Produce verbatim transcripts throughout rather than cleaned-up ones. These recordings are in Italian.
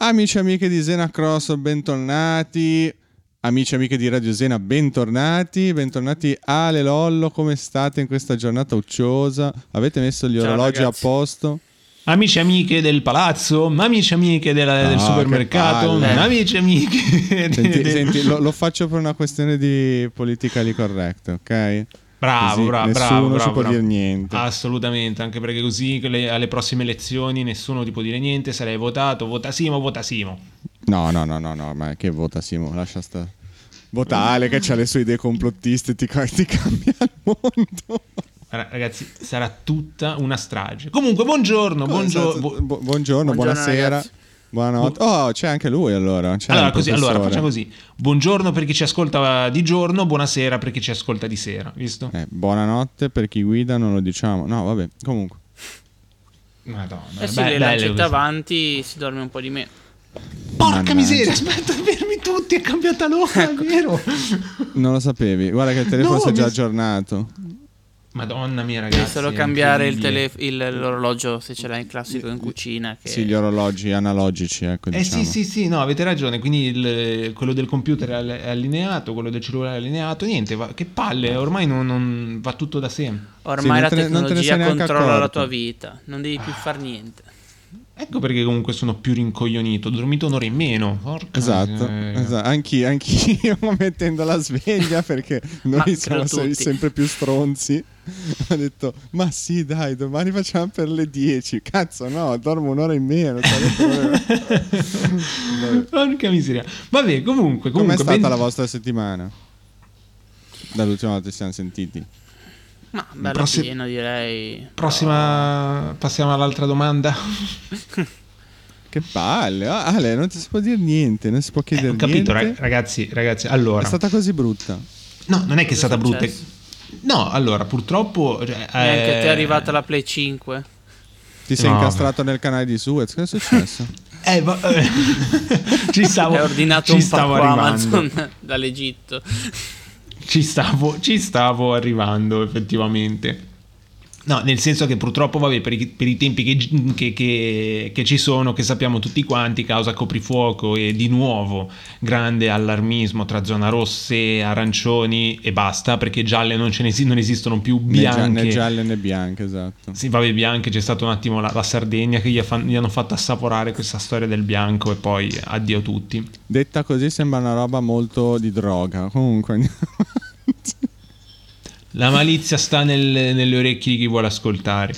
Amici e amiche di Zena Cross, bentornati. Amici e amiche di Radio Zena, bentornati. Bentornati Ale Lollo, come state in questa giornata ucciosa? Avete messo gli Ciao, orologi ragazzi. a posto? Amici e amiche del palazzo, amici e amiche della- del No, supermercato, che palle. amici e amiche. Senti, de- senti, lo, lo faccio per una questione di politically correct, ok? Bravo, Così bravo, nessuno bravo, ci bravo, può bravo. dire niente. Assolutamente, anche perché così che le- alle prossime elezioni nessuno ti può dire niente, sarei votato, vota Simo, vota Simo. No, no, no, no, no, ma che vota Simo? Lascia stare. Vota Ale che c'ha le sue idee complottiste, ti, ca- ti cambia il mondo. Ra- Ragazzi, sarà tutta una strage. Comunque, buongiorno, buongiorno. Bu- bu- bu- buongiorno, Buongiorno, buonasera, ragazzi. buonanotte. Oh, c'è anche lui allora. C'è Allora, il così, allora, professore. facciamo così. Buongiorno per chi ci ascolta di giorno, buonasera per chi ci ascolta di sera, visto? Eh, buonanotte per chi guida, non lo diciamo. No, vabbè, comunque. Madonna, Eh sì, be- le belle lancette queste. avanti si dorme un po' di meno. Porca Mannaggia. miseria, aspetta, fermi tutti, è cambiata l'ora, è vero? Non lo sapevi. Guarda che il telefono No, si è già mi- aggiornato. Madonna mia, ragazzi. Devi solo è cambiare il incredibile. tele- il- l'orologio se ce l'hai in classico in cucina. Che... Sì, gli orologi analogici, ecco, Eh diciamo. sì, sì, sì, no, avete ragione. Quindi il- quello del computer è all- è allineato, quello del cellulare è allineato. Niente, va- che palle, ormai non, non va tutto da sé. Ormai Sì, non la te ne- non te ne sei tecnologia neanche controlla la accorto. tua vita, non devi più far niente. Ecco perché comunque sono più rincoglionito. Ho dormito un'ora in meno. Porca Esatto, miseria. esatto. Anch'io, anch'io mettendo la sveglia perché Ma noi siamo credo se- tutti. sempre più stronzi. Ho detto, ma sì dai, domani facciamo per le dieci. Cazzo no, dormo un'ora in meno. Cioè, ho detto, vabbè. Porca miseria. Vabbè, comunque, Com'è comunque stata ben- la vostra settimana? Dall'ultima volta che ci siamo sentiti. Ma bello Prossi- pieno, direi. Prossima, passiamo all'altra domanda. Che palle, ah, Ale, non ti si può dire niente, non si può Eh, chiedere ho capito, niente. rag- ragazzi, ragazzi. Allora, È stata così brutta. no, non è che è Cosa stata brutta. successo? No, allora, purtroppo. Cioè, Neanche a te è eh, arrivata la Play cinque. Ti sei No, incastrato nel canale di Suez, che è successo? Eh, va- eh, ci stavo. Hai ordinato ci un stavo pacco arrivando. Amazon dall'Egitto. Ci stavo, ci stavo arrivando effettivamente. No, nel senso che purtroppo, vabbè, per i, per i tempi che, che- che- che ci sono, che sappiamo tutti quanti, causa coprifuoco e di nuovo grande allarmismo tra zona rosse, arancioni e basta, perché gialle non ce ne esi- non esistono più, Né, gia- bianche. né gialle né bianche, esatto. Sì, vabbè, bianche, c'è stata un attimo la, la Sardegna che gli, ha fan- gli hanno fatto assaporare questa storia del bianco e poi addio a tutti. Detta così sembra una roba molto di droga. Comunque andiamo avanti. La malizia sta nel- nelle orecchie di chi vuole ascoltare.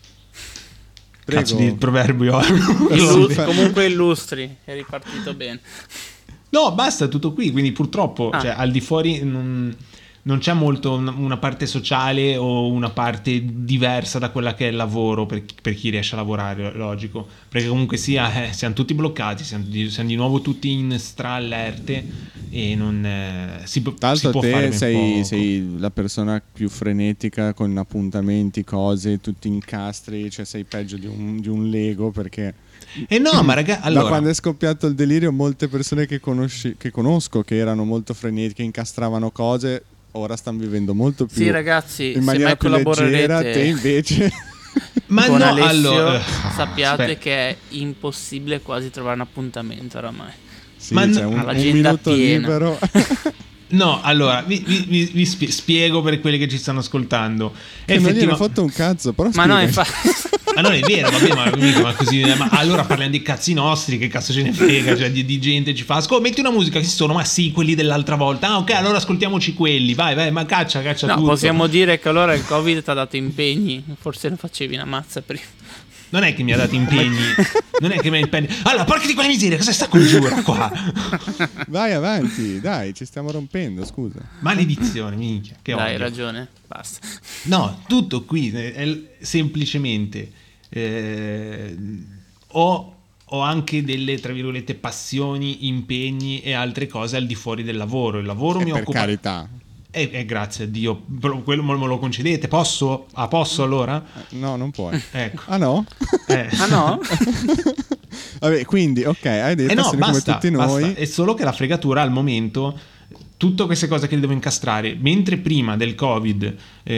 Prego. Cazzo di proverbio. Illu- Sì. comunque illustri, è ripartito bene. No, basta, tutto qui. Quindi purtroppo, Ah. cioè, al di fuori non, non c'è molto una, una parte sociale o una parte diversa da quella che è il lavoro per, chi- per chi riesce a lavorare, logico. Perché comunque sia, eh, siamo tutti bloccati, siamo di, siamo di nuovo tutti in stra-allerte e non eh, si, pu- Tra si l'altro può fare te ben sei, poco. sei la persona più frenetica con appuntamenti, cose, tutti incastri, cioè sei peggio di un, di un Lego perché E no, ma raga, da allora... quando è scoppiato il delirio molte persone che, conosci, che conosco che erano molto frenetiche, incastravano cose, ora stanno vivendo molto più Sì, ragazzi, in se maniera mai più leggera, collaborerete te invece... Ma con no, Alessio, allora... sappiate aspetta. che è impossibile quasi trovare un appuntamento oramai. Sì, Ma c'è no- un, un l'agenda minuto piena. libero. No, allora, vi, vi- vi- vi spie- spiego per quelli che ci stanno ascoltando. Che non gliene Effettiva- ha fatto un cazzo, però Ma no, spiega. infatti. Ma non è vero, vabbè, ma, mica, ma così, ma allora parliamo dei cazzi nostri, che cazzo ce ne frega, cioè di, di gente ci fa, ascolta, metti una musica, che sono, ma sì, quelli dell'altra volta, ah ok, allora ascoltiamoci quelli, vai, vai, ma caccia, caccia No, tutto. possiamo dire che allora il Covid ti ha dato impegni. Forse lo facevi una mazza prima. Non è che mi ha dato impegni, non è che mi ha impegni. Allora, porca di quella miseria, cosa sta congiura qua? Vai avanti, dai, ci stiamo rompendo, scusa. Maledizione, minchia, che Dai, hai odio. ragione. Basta. No, tutto qui è è semplicemente eh, ho, ho anche delle, tra virgolette, passioni, impegni e altre cose al di fuori del lavoro. Il lavoro E mi per occupa. carità. E eh, grazie a Dio, però quello me lo concedete? Posso? Ah, posso allora? No, non puoi. Ecco. Ah no? Eh. Ah no? Vabbè, quindi, ok, hai detto Eh no, essere basta, come tutti noi. basta. È solo che la fregatura al momento tutte queste cose che devo incastrare, mentre prima del Covid,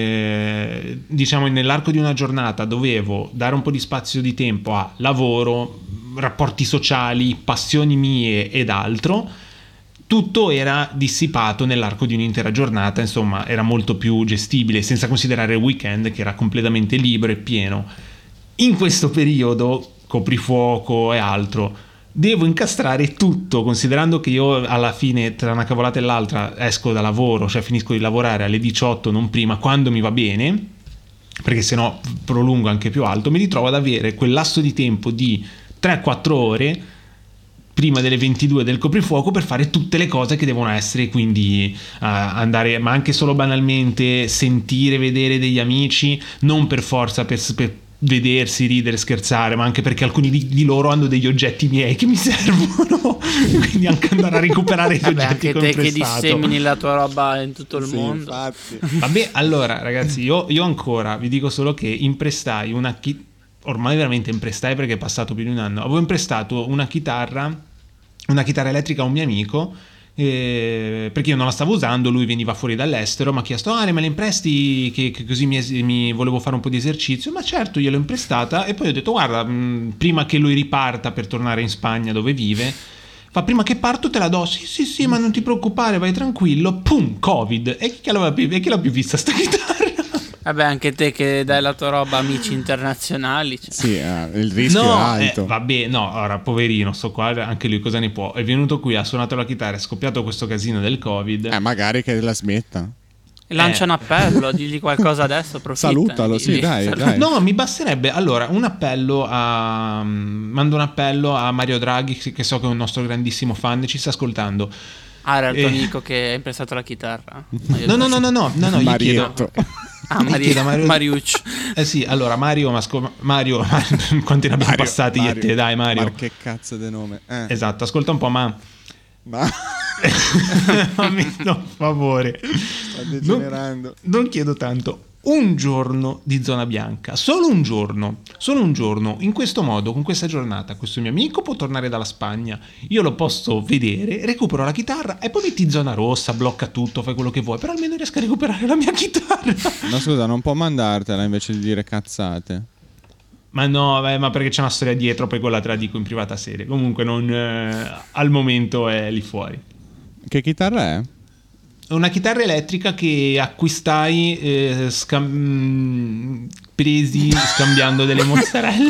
eh, diciamo nell'arco di una giornata dovevo dare un po' di spazio di tempo a lavoro, rapporti sociali, passioni mie ed altro, tutto era dissipato nell'arco di un'intera giornata, insomma era molto più gestibile, senza considerare il weekend che era completamente libero e pieno. In questo periodo, coprifuoco e altro, devo incastrare tutto, considerando che io alla fine tra una cavolata e l'altra esco da lavoro, cioè finisco di lavorare alle diciotto, non prima, quando mi va bene, perché sennò prolungo anche più alto, mi ritrovo ad avere quel lasso di tempo di tre quattro ore prima delle ventidue del coprifuoco per fare tutte le cose che devono essere, quindi uh, andare, ma anche solo banalmente sentire, vedere degli amici, non per forza per, per vedersi, ridere, scherzare, ma anche perché alcuni di, di loro hanno degli oggetti miei che mi servono, quindi anche andare a recuperare gli Vabbè, oggetti anche che ho te che imprestato. dissemini la tua roba in tutto il Sì, mondo. infatti. Vabbè, allora ragazzi, io, io ancora vi dico solo che imprestai una chi- ormai veramente imprestai perché è passato più di un anno, avevo imprestato una chitarra una chitarra elettrica a un mio amico, eh, perché io non la stavo usando, lui veniva fuori dall'estero, mi ha chiesto ah me la impresti che, che così mi, mi volevo fare un po' di esercizio, ma certo gliel'ho imprestata, e poi ho detto guarda mh, prima che lui riparta per tornare in Spagna dove vive, fa prima che parto te la do, sì sì sì ma non ti preoccupare, vai tranquillo, pum, Covid, e chi l'ha più, e chi l'ha più vista sta chitarra? Vabbè, anche te che dai la tua roba a amici internazionali, cioè. Sì, eh, il rischio No, è alto. eh, vabbè, no, ora poverino, sto qua, anche lui cosa ne può? È venuto qui, ha suonato la chitarra, è scoppiato questo casino del Covid. Eh, magari che la smetta. Lancia Eh. un appello, digli qualcosa adesso, approfitta. Salutalo, sì, digli- dai, Salut- dai. No, mi basterebbe allora un appello a. Mando un appello a Mario Draghi, che so che è un nostro grandissimo fan e ci sta ascoltando. Ah, era il tuo Eh. amico che ha imprestato la chitarra. No, no, no, no, no, no, no gli chiedo. Marietto. Ah, Gli Mari- chiedo a Mario- Mariuccio. Eh sì, allora Mario, ma sco- Mario, quanti ne abbiamo Mario, passati io e Mario. te, dai Mario. Ma che cazzo di nome? Eh. Esatto, ascolta un po', ma Ma fammi un favore. sta degenerando. Non, non chiedo tanto. Un giorno di zona bianca, solo un giorno, solo un giorno. In questo modo, con questa giornata, questo mio amico può tornare dalla Spagna. Io lo posso vedere, recupero la chitarra e poi metti zona rossa, blocca tutto, fai quello che vuoi. Però almeno riesco a recuperare la mia chitarra. Ma scusa, non può mandartela invece di dire cazzate. Ma no, beh, ma perché c'è una storia dietro, poi quella te la dico in privata sede. Comunque non, eh, al momento è lì fuori. Che chitarra è? Una chitarra elettrica che acquistai eh, scam- mh, presi scambiando delle mozzarelle.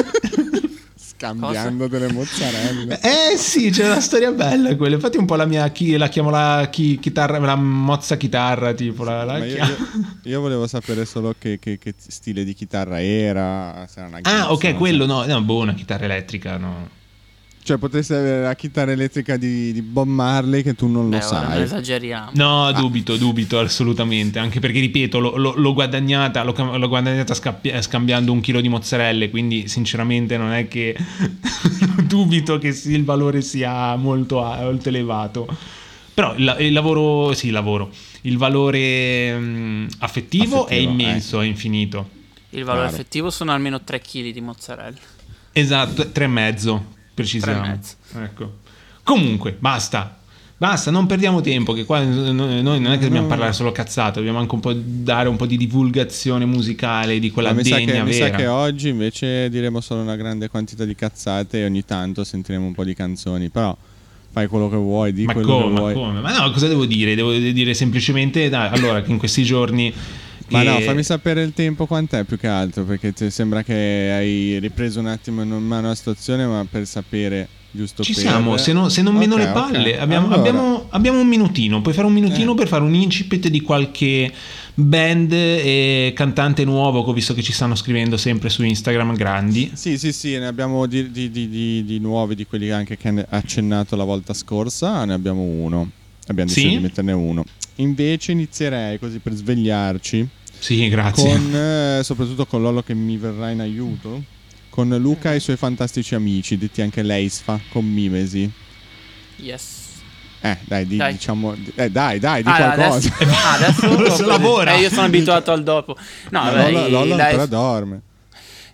Scambiando delle mozzarelle. Eh sì, c'è una storia bella quella. Infatti un po' la mia chi la chiamo la chi, chitarra, la mozza chitarra, tipo la, la Ma io, chiamo. io- io volevo sapere solo che, che- che stile di chitarra era. Se era una Ah, Gibson, ok, quello cioè. no, no, boh, una chitarra elettrica, no. Cioè, potresti avere la chitarra elettrica di, di Bob Marley che tu non lo Beh, ora non sai. esageriamo. No, dubito, dubito assolutamente. Anche perché, ripeto, l'ho, l'ho- l'ho guadagnata, l'ho, cam- l'ho guadagnata scappi- scambiando un chilo di mozzarelle. Quindi, sinceramente, non è che dubito che sì, il valore sia molto, a- molto elevato. Però il, il lavoro, sì, il lavoro, il valore mh, affettivo, è Affettivo, immenso, è infinito. Il valore Chiaro. effettivo sono almeno tre chili di mozzarella. Esatto, tre e mezzo, precisiamo. Tre e mezzo. Ecco. Comunque, basta. Basta, non perdiamo tempo, che qua noi noi non è che dobbiamo No. parlare solo cazzate, dobbiamo anche un po' dare un po' di divulgazione musicale di quella Ma mi sa, degna che, mi sa vera. che oggi invece diremo solo una grande quantità di cazzate e ogni tanto sentiremo un po' di canzoni. Però fai quello che vuoi, di ma quello come, che ma vuoi. come? Ma no, cosa devo dire? Devo dire semplicemente dai, allora che in questi giorni Ma che- no, fammi sapere il tempo quant'è più che altro, perché ti sembra che hai ripreso un attimo in mano la situazione, ma per sapere giusto Ci per... siamo, se, no- se non meno Ok, le palle, ok. abbiamo, Allora, abbiamo- abbiamo un minutino, puoi fare un minutino Eh. per fare un incipit di qualche band e cantante nuovo, che ho visto che ci stanno scrivendo sempre su Instagram, grandi. Sì, sì, sì, ne abbiamo di, di- di- di- di nuovi, di quelli anche che hanno accennato la volta scorsa, ne abbiamo uno. Abbiamo deciso Sì? di metterne uno. Invece inizierei così per svegliarci Sì, grazie. con eh, soprattutto con Lollo che mi verrà in aiuto, con Luca e i suoi fantastici amici, detti anche Leisfa, con Mimesi. Yes. Eh, dai, di- Dai. diciamo eh, dai, dai, di Ah, qualcosa. adesso, ah, adesso Si lavora. Eh, io sono abituato al dopo. No, Ma vabbè, Lollo, i- Lollo dai, ancora dorme.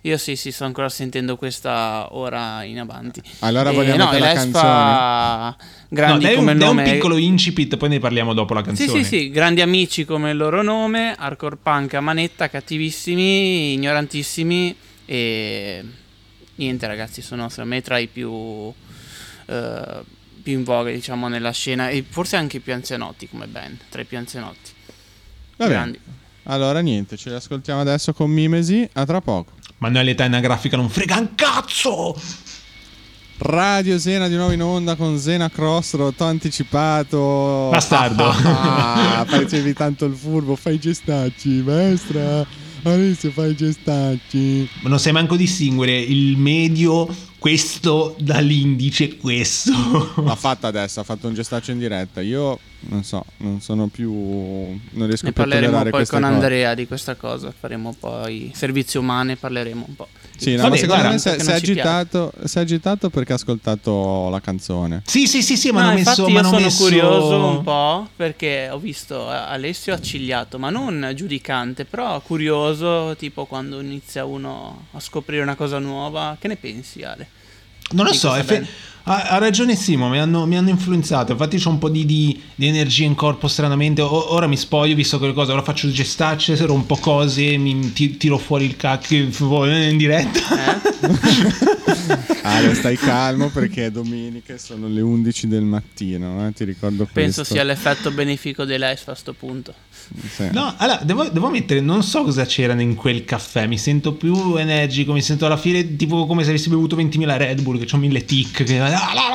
Io sì, sì, sto ancora sentendo questa ora in avanti. Allora E, vogliamo no, mettere la i canzone. Lespa, grandi No, dai come un, il dai un nome. piccolo incipit, poi ne parliamo dopo la Sì, canzone. sì, sì, grandi amici come il loro nome, hardcore punk a manetta, cattivissimi, ignorantissimi e niente ragazzi, sono secondo me tra i più, eh, più in voga diciamo nella scena e forse anche i più anzianotti come band, tra i più anzianotti. Va bene. Grandi. Allora niente, ce li ascoltiamo adesso con Mimesi, a tra poco. Ma noi all'età anagrafica non frega un cazzo! Radio Zena di nuovo in onda con Zena Crossroad, t'ho anticipato. Bastardo. Ah, facevi tanto il furbo, fai i gestacci, maestra. Adesso fai i gestacci. Ma non sai manco distinguere il medio, questo, dall'indice, questo. L'ha fatta adesso, ha fatto un gestaccio in diretta. Io non so, non sono più. Non riesco Ne più a parleremo tollerare poi queste con cose. Andrea di questa cosa, faremo poi servizi umani, parleremo un po'. Sì, no, Vabbè, ma secondo guarda, me si è, che si non è ci piace. agitato, si è agitato perché ha ascoltato la canzone. Sì, sì, sì, sì, ma No, hanno infatti messo... io ma hanno sono messo... curioso un po' perché ho visto eh, Alessio accigliato, ma non giudicante, però curioso, tipo quando inizia uno a scoprire una cosa nuova. Che ne pensi, Ale? Non lo Di so, questa è fe- band? ha, ha ragione Simo, mi hanno, mi hanno influenzato. Infatti c'ho un po' di, di, di energia in corpo stranamente. O- ora mi spoglio, visto quelle cose, ora faccio il gestacce, rompo cose, mi ti- tiro fuori il cacchio in diretta. Eh? Ale, stai calmo perché è domenica e sono le undici del mattino, eh? Ti ricordo Penso questo. sia l'effetto benefico dell'Esfa a sto punto. Sì. No, allora, devo, devo ammettere, non so cosa c'era in quel caffè, mi sento più energico, mi sento alla fine tipo come se avessi bevuto ventimila Red Bull, che ho mille tic, che...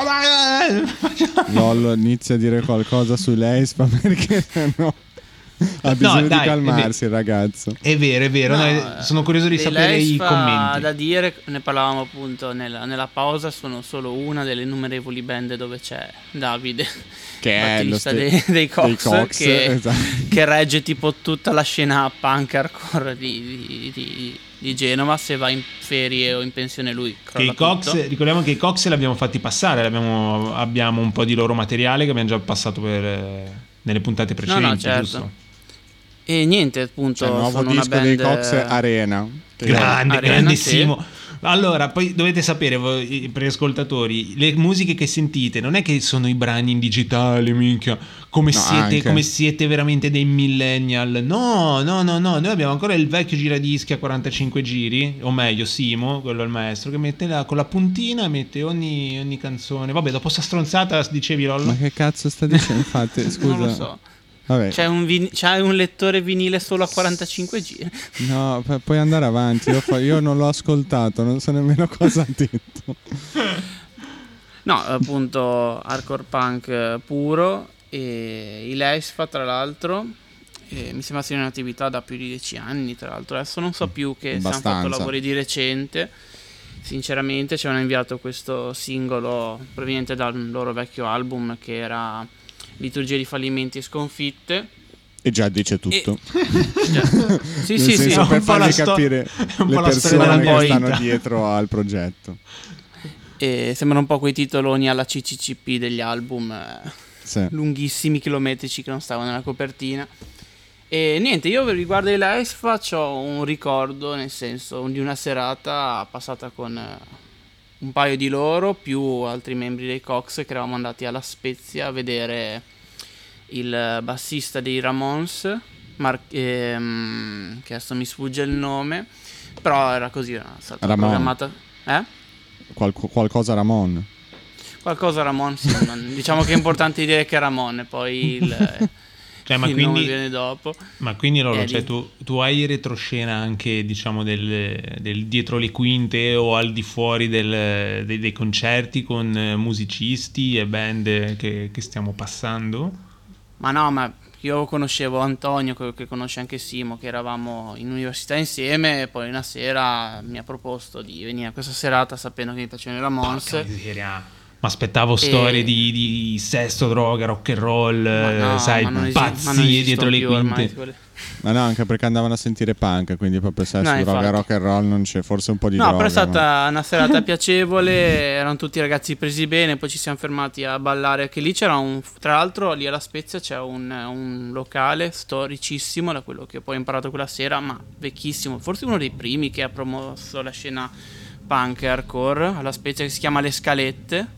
Lollo inizia a dire qualcosa su lei perché no, ha bisogno No, di dai, calmarsi il ragazzo. È vero, è vero, No, no, sono curioso di dei sapere i Lespa, commenti. da dire, ne parlavamo appunto nella, nella pausa, sono solo una delle innumerevoli band dove c'è Davide, Che è lo batterista ste- dei, dei Cox, dei Cox, che, esatto. che regge tipo tutta la scena punk hardcore di, di, di, di Genova. Se va in ferie o in pensione lui Che crolla i Cox, tutto. ricordiamo che i Cox li abbiamo fatti passare, abbiamo, abbiamo un po' di loro materiale che abbiamo già passato per, eh, nelle puntate precedenti, No, no, certo. giusto? E niente, appunto, C'è il nuovo sono una disco dei band Cox Arena. Che- Grande, Arena, grandissimo. Allora, poi dovete sapere voi, per gli ascoltatori, le musiche che sentite non è che sono i brani in digitale, minchia, come, No, siete, anche. come siete veramente dei millennial. No, no, no, no, noi abbiamo ancora il vecchio giradischi a quarantacinque giri, o meglio Simo, quello è il maestro, che mette là con la puntina, mette ogni, ogni canzone. Vabbè, dopo sta stronzata dicevi Lollo? Ma che cazzo sta dicendo? Infatti, scusa. Non lo so. Vabbè. C'è un, vin- c'è un lettore vinile solo a quarantacinque giri. No, pu- puoi andare avanti. Io, fa- io non l'ho ascoltato, non so nemmeno cosa ha detto. No, appunto hardcore punk eh, puro e i Lesfa tra l'altro eh, mi sembra siano in attività da più di dieci anni tra l'altro. Adesso non so più che se hanno fatto Abbastanza. lavori di recente. Sinceramente ci hanno inviato questo singolo proveniente dal loro vecchio album che era Liturgia di fallimenti e sconfitte. E già dice tutto. Già. Sì, Nel sì, sì. senso, un per po' farvi la sto- capire un le po' la storia della persone che vita. stanno dietro al progetto. E sembrano un po' quei titoloni alla C C C P degli album eh, Sì. lunghissimi, chilometrici che non stavano nella copertina. E niente, io riguardo i Lesfa ho un ricordo, nel senso di una serata passata con eh, un paio di loro più altri membri dei Cox che eravamo andati alla Spezia a vedere il bassista dei Ramones, Mar- ehm, che adesso mi sfugge il nome, però era così, era stata Ramon. programmata. Eh? Qual- qualcosa Ramon. Qualcosa Ramon, sì, ma diciamo che è importante dire che è Ramon e poi il, Cioè, ma il nome quindi, viene dopo. ma quindi Lolo, Eh, cioè, di- tu, tu hai retroscena anche, diciamo, del, del dietro le quinte o al di fuori del- dei, dei concerti con eh, musicisti e band che, che stiamo passando? Ma no, ma io conoscevo Antonio, che, che conosce anche Simo, che eravamo in università insieme e poi una sera mi ha proposto di venire a questa serata sapendo che mi piacevano i Ramones. Porca miseria. aspettavo E- storie di, di sesso, droga, rock and roll, Ma no, eh, sai, ma non esi- ma non pazzi esistono dietro le più ormai quinte. quelle. Ma no, anche perché andavano a sentire punk, quindi proprio sesso, No, droga, infatti. rock and roll non c'è, forse un po' di No, droga. però è ma- stata una serata piacevole, erano tutti ragazzi presi bene, poi ci siamo fermati a ballare, che lì c'era un, tra l'altro lì alla Spezia c'è un, un locale storicissimo, da quello che poi ho imparato quella sera, ma vecchissimo, forse uno dei primi che ha promosso la scena punk e hardcore alla Spezia, che si chiama Le Scalette.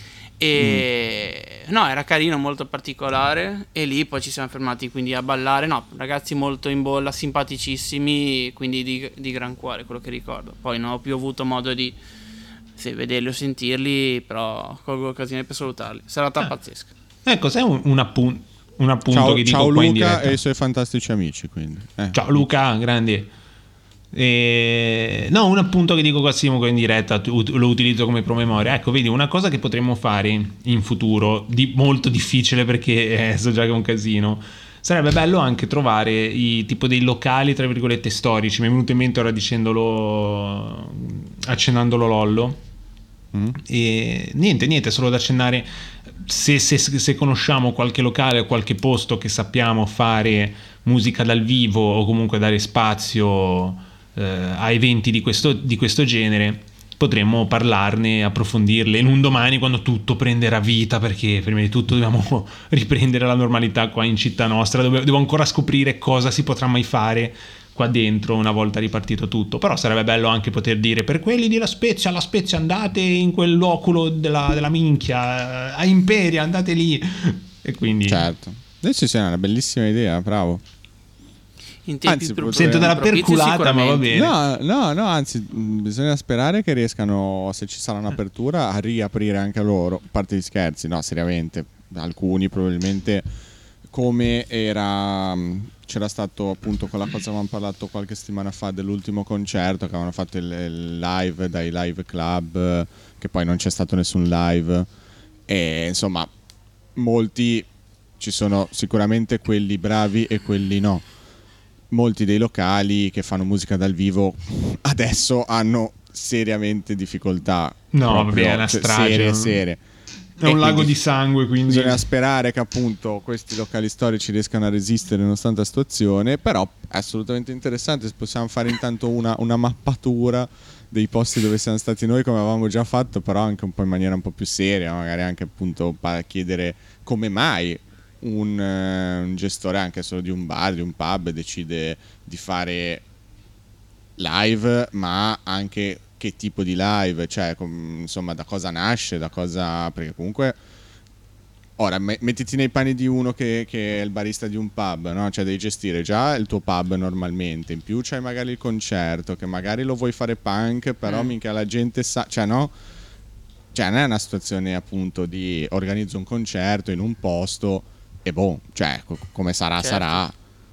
E no, era carino, molto particolare. E lì poi ci siamo fermati quindi a ballare. No, ragazzi molto in bolla, simpaticissimi, quindi di, di gran cuore, quello che ricordo. Poi non ho più avuto modo di sì, vederli o sentirli, però colgo l'occasione per salutarli. Serata Ah. pazzesca. Ecco, sai un, un, appun- un appunto Ciao, che dico ciao qua in Luca diretta. e i suoi fantastici amici, quindi. Eh. Ciao Luca, grande. Eh, no, un appunto che dico qua Simo in diretta, tu- lo utilizzo come promemoria. Ecco, vedi, una cosa che potremmo fare in futuro, di molto difficile perché eh, so già che è un casino, sarebbe bello anche trovare i tipo dei locali tra virgolette storici. Mi è venuto in mente ora dicendolo, accennandolo Lollo. Mm. E niente, niente, solo da accennare. Se, se, se conosciamo qualche locale o qualche posto che sappiamo fare musica dal vivo o comunque dare spazio eh, a eventi di questo, di questo genere, potremmo parlarne, approfondirle in un domani quando tutto prenderà vita, perché prima di tutto dobbiamo riprendere la normalità qua in città nostra, dove devo ancora scoprire cosa si potrà mai fare qua dentro una volta ripartito tutto. Però sarebbe bello anche poter dire: per quelli di La Spezia, La Spezia andate in quell'oculo della, della minchia, a Imperia andate lì, e quindi Certo. Adesso sì, è una bellissima idea, bravo. In tempi Anzi, più potrei- sento della propizi perculata, ma va sicuramente. bene. No, no, no, anzi, mh, bisogna sperare che riescano, se ci sarà un'apertura, a riaprire anche loro. A parte gli scherzi, no, seriamente. Alcuni probabilmente, come era, mh, c'era stato appunto con la cosa che avevamo parlato qualche settimana fa dell'ultimo concerto, che avevano fatto il, il live dai live club, eh, che poi non c'è stato nessun live. E insomma, molti, ci sono sicuramente quelli bravi e quelli no. Molti dei locali che fanno musica dal vivo adesso hanno seriamente difficoltà. No, proprio, vabbè, è una cioè, strage. serie, serie. È un E lago quindi di sangue, quindi bisogna sperare che appunto questi locali storici riescano a resistere nonostante la situazione. Però è assolutamente interessante. Se possiamo fare intanto una, una mappatura dei posti dove siamo stati noi, come avevamo già fatto, però anche un po' in maniera un po' più seria, magari anche appunto pa- chiedere come mai un, eh, un gestore anche solo di un bar, di un pub, decide di fare live, ma anche che tipo di live, cioè com- insomma da cosa nasce, da cosa, perché comunque ora me- mettiti nei panni di uno che, che è il barista di un pub, no? Cioè devi gestire già il tuo pub normalmente, in più c'hai magari il concerto che magari lo vuoi fare punk, però Mm. minchia la gente sa, cioè no? Cioè non è una situazione appunto di organizzo un concerto in un posto e boh, cioè co- come sarà Certo. sarà.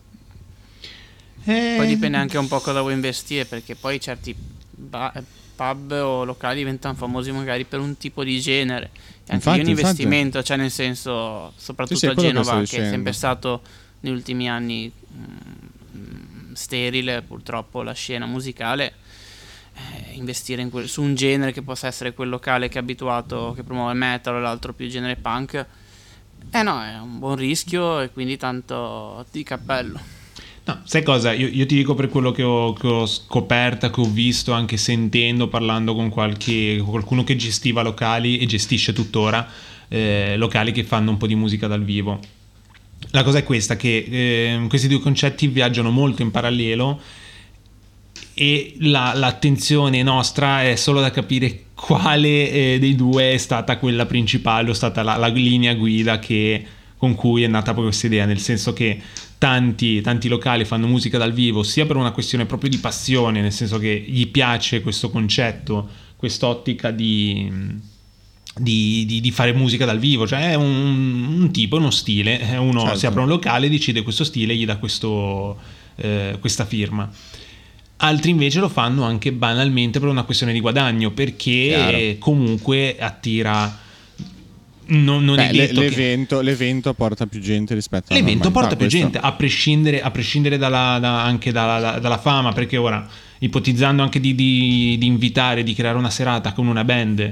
Eh, Poi dipende anche un po' cosa vuoi investire, perché poi certi ba- pub o locali diventano famosi magari per un tipo di genere. E anche Infatti, lì un infatti. investimento, cioè nel senso, soprattutto Sì, sì, è a quello che Genova, sto che, è dicendo. sempre stato negli ultimi anni mm, sterile, purtroppo, la scena musicale. eh, investire in quel- su un genere che possa essere quel locale che è abituato, che promuove il metal, o l'altro più genere punk, eh no, è un buon rischio, e quindi tanto di cappello. No, sai cosa? Io, io ti dico per quello che ho, che ho scoperto, che ho visto, anche sentendo, parlando con qualche, con qualcuno che gestiva locali e gestisce tuttora eh, locali che fanno un po' di musica dal vivo. La cosa è questa, che eh, questi due concetti viaggiano molto in parallelo, e la, l'attenzione nostra è solo da capire quale eh, dei due è stata quella principale, o è stata la, la linea guida che, con cui è nata poi questa idea, nel senso che tanti, tanti locali fanno musica dal vivo sia per una questione proprio di passione, nel senso che gli piace questo concetto, quest'ottica di, di, di, di fare musica dal vivo, cioè è un, un tipo, uno stile, uno Certo. si apre un locale, decide questo stile e gli dà questo, eh, questa firma. Altri invece lo fanno anche banalmente per una questione di guadagno, perché Chiaro. comunque attira. Non, non Beh, è le- detto che l'evento, l'evento porta più gente rispetto alla l'evento normalità, porta più questo- gente, a prescindere, a prescindere dalla, da- anche dalla, dalla fama, perché ora, ipotizzando anche di, di, di invitare, di creare una serata con una band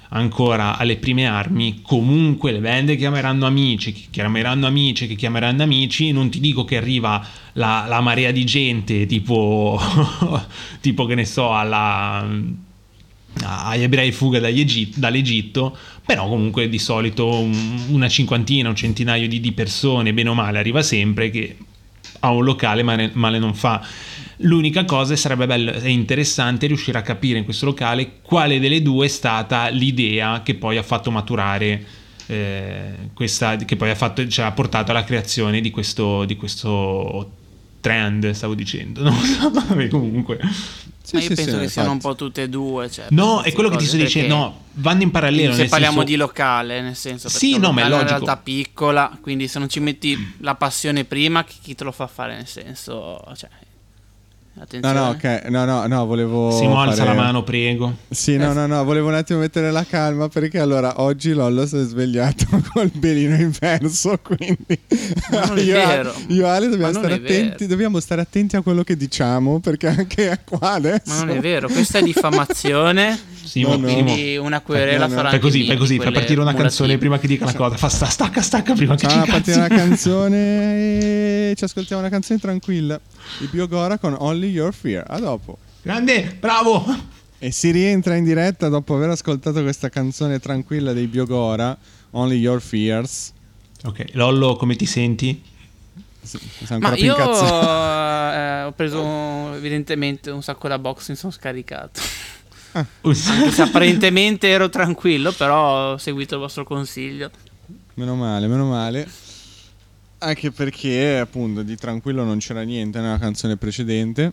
ancora alle prime armi, comunque le band chiameranno amici, che chiameranno amici, che chiameranno amici, non ti dico che arriva la, la marea di gente tipo, tipo che ne so, alla, agli ebrei fuga dagli Egitto, dall'Egitto, però comunque di solito un, una cinquantina, un centinaio di, di persone, bene o male, arriva sempre, che a un locale male, male non fa. L'unica cosa sarebbe bello e interessante riuscire a capire in questo locale quale delle due è stata l'idea che poi ha fatto maturare eh, questa, che poi ha, fatto, cioè, ha portato alla creazione di questo, di questo trend, stavo dicendo, no? Vabbè, comunque sì, ma io sì, penso sì, che siano infatti. un po' tutte e due, cioè, no, è quello che ti sto perché dicendo, no, vanno in parallelo, se nel parliamo senso... di locale, nel senso, perché sì, un no, ma è locale è una logico. realtà piccola, quindi se non ci metti la passione prima, chi, chi te lo fa fare, nel senso, cioè, No, attenzione. no, ok, no, no, no, volevo Simo, fare... alza la mano, prego. Sì, no, no, no, volevo un attimo mettere la calma perché allora oggi Lollo si è svegliato col belino inverso, quindi Ma non è io, vero. io e Ale dobbiamo Ma non stare è vero. attenti, dobbiamo stare attenti a quello che diciamo perché anche qua adesso... Ma non è vero, questa è diffamazione. Simo, No, no. Simo, Quindi una querela no, no. farà fai anche così, di- fai di così, fai quelle partire una mulative. canzone prima che dica la cosa. Fa sta, stacca, stacca prima che Ciao, ci una partita una incazzi. canzone e ci ascoltiamo una canzone tranquilla di Biogora con Only Your Fear. A dopo. Grande, bravo. E si rientra in diretta dopo aver ascoltato questa canzone tranquilla dei Biogora, Only Your Fears. Ok, Lollo, come ti senti? Sì, sei ancora Ma più io incazzato. eh, ho preso evidentemente un sacco da box, mi sono scaricato. Ah. Anche se apparentemente ero tranquillo, però ho seguito il vostro consiglio. Meno male, meno male. Anche perché appunto di tranquillo non c'era niente nella canzone precedente.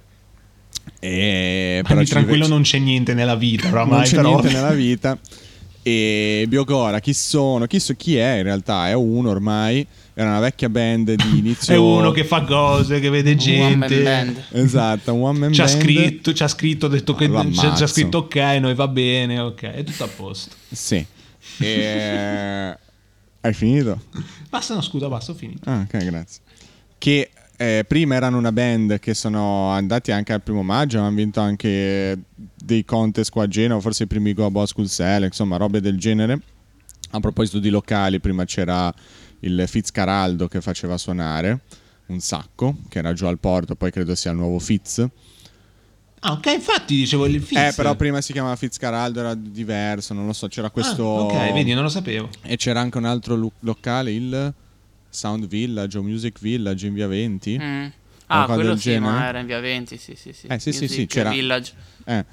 E Ma però di ci tranquillo diver- non c'è niente nella vita, oramai, non c'è però. niente nella vita. E Biogora, chi sono? Chi, so, chi è in realtà? È uno ormai. Era una vecchia band di inizio. È uno che fa cose, che vede Un one man gente. band. Esatto, un one man Ci ha band. scritto, ci ha scritto, ha detto che Lo ci ha ammazzo. scritto ok, noi va bene, ok, è tutto a posto. Sì. E... Hai finito? Basta, no, scusa, basta, ho finito. Ah, ok, grazie. Che eh, prima erano una band che sono andati anche al primo maggio, hanno vinto anche dei contest qua a Genova, forse i primi Go Boss School Select, insomma, robe del genere. A proposito di locali, prima c'era il Fitzcarraldo che faceva suonare un sacco, che era giù al porto, poi credo sia il nuovo Fitz. Ah, ok, infatti dicevo il Fitz. Eh, però prima si chiamava Fitzcarraldo, era diverso, non lo so, c'era questo... Ah, ok, vedi, non lo sapevo. E c'era anche un altro lo- locale, il Sound Village o Music Village in via venti. Mm. Ah, Qualcosa quello del sì, genere. ma era in via venti, sì, sì, sì. Eh, sì, sì, Music sì, c'era- Village. Eh.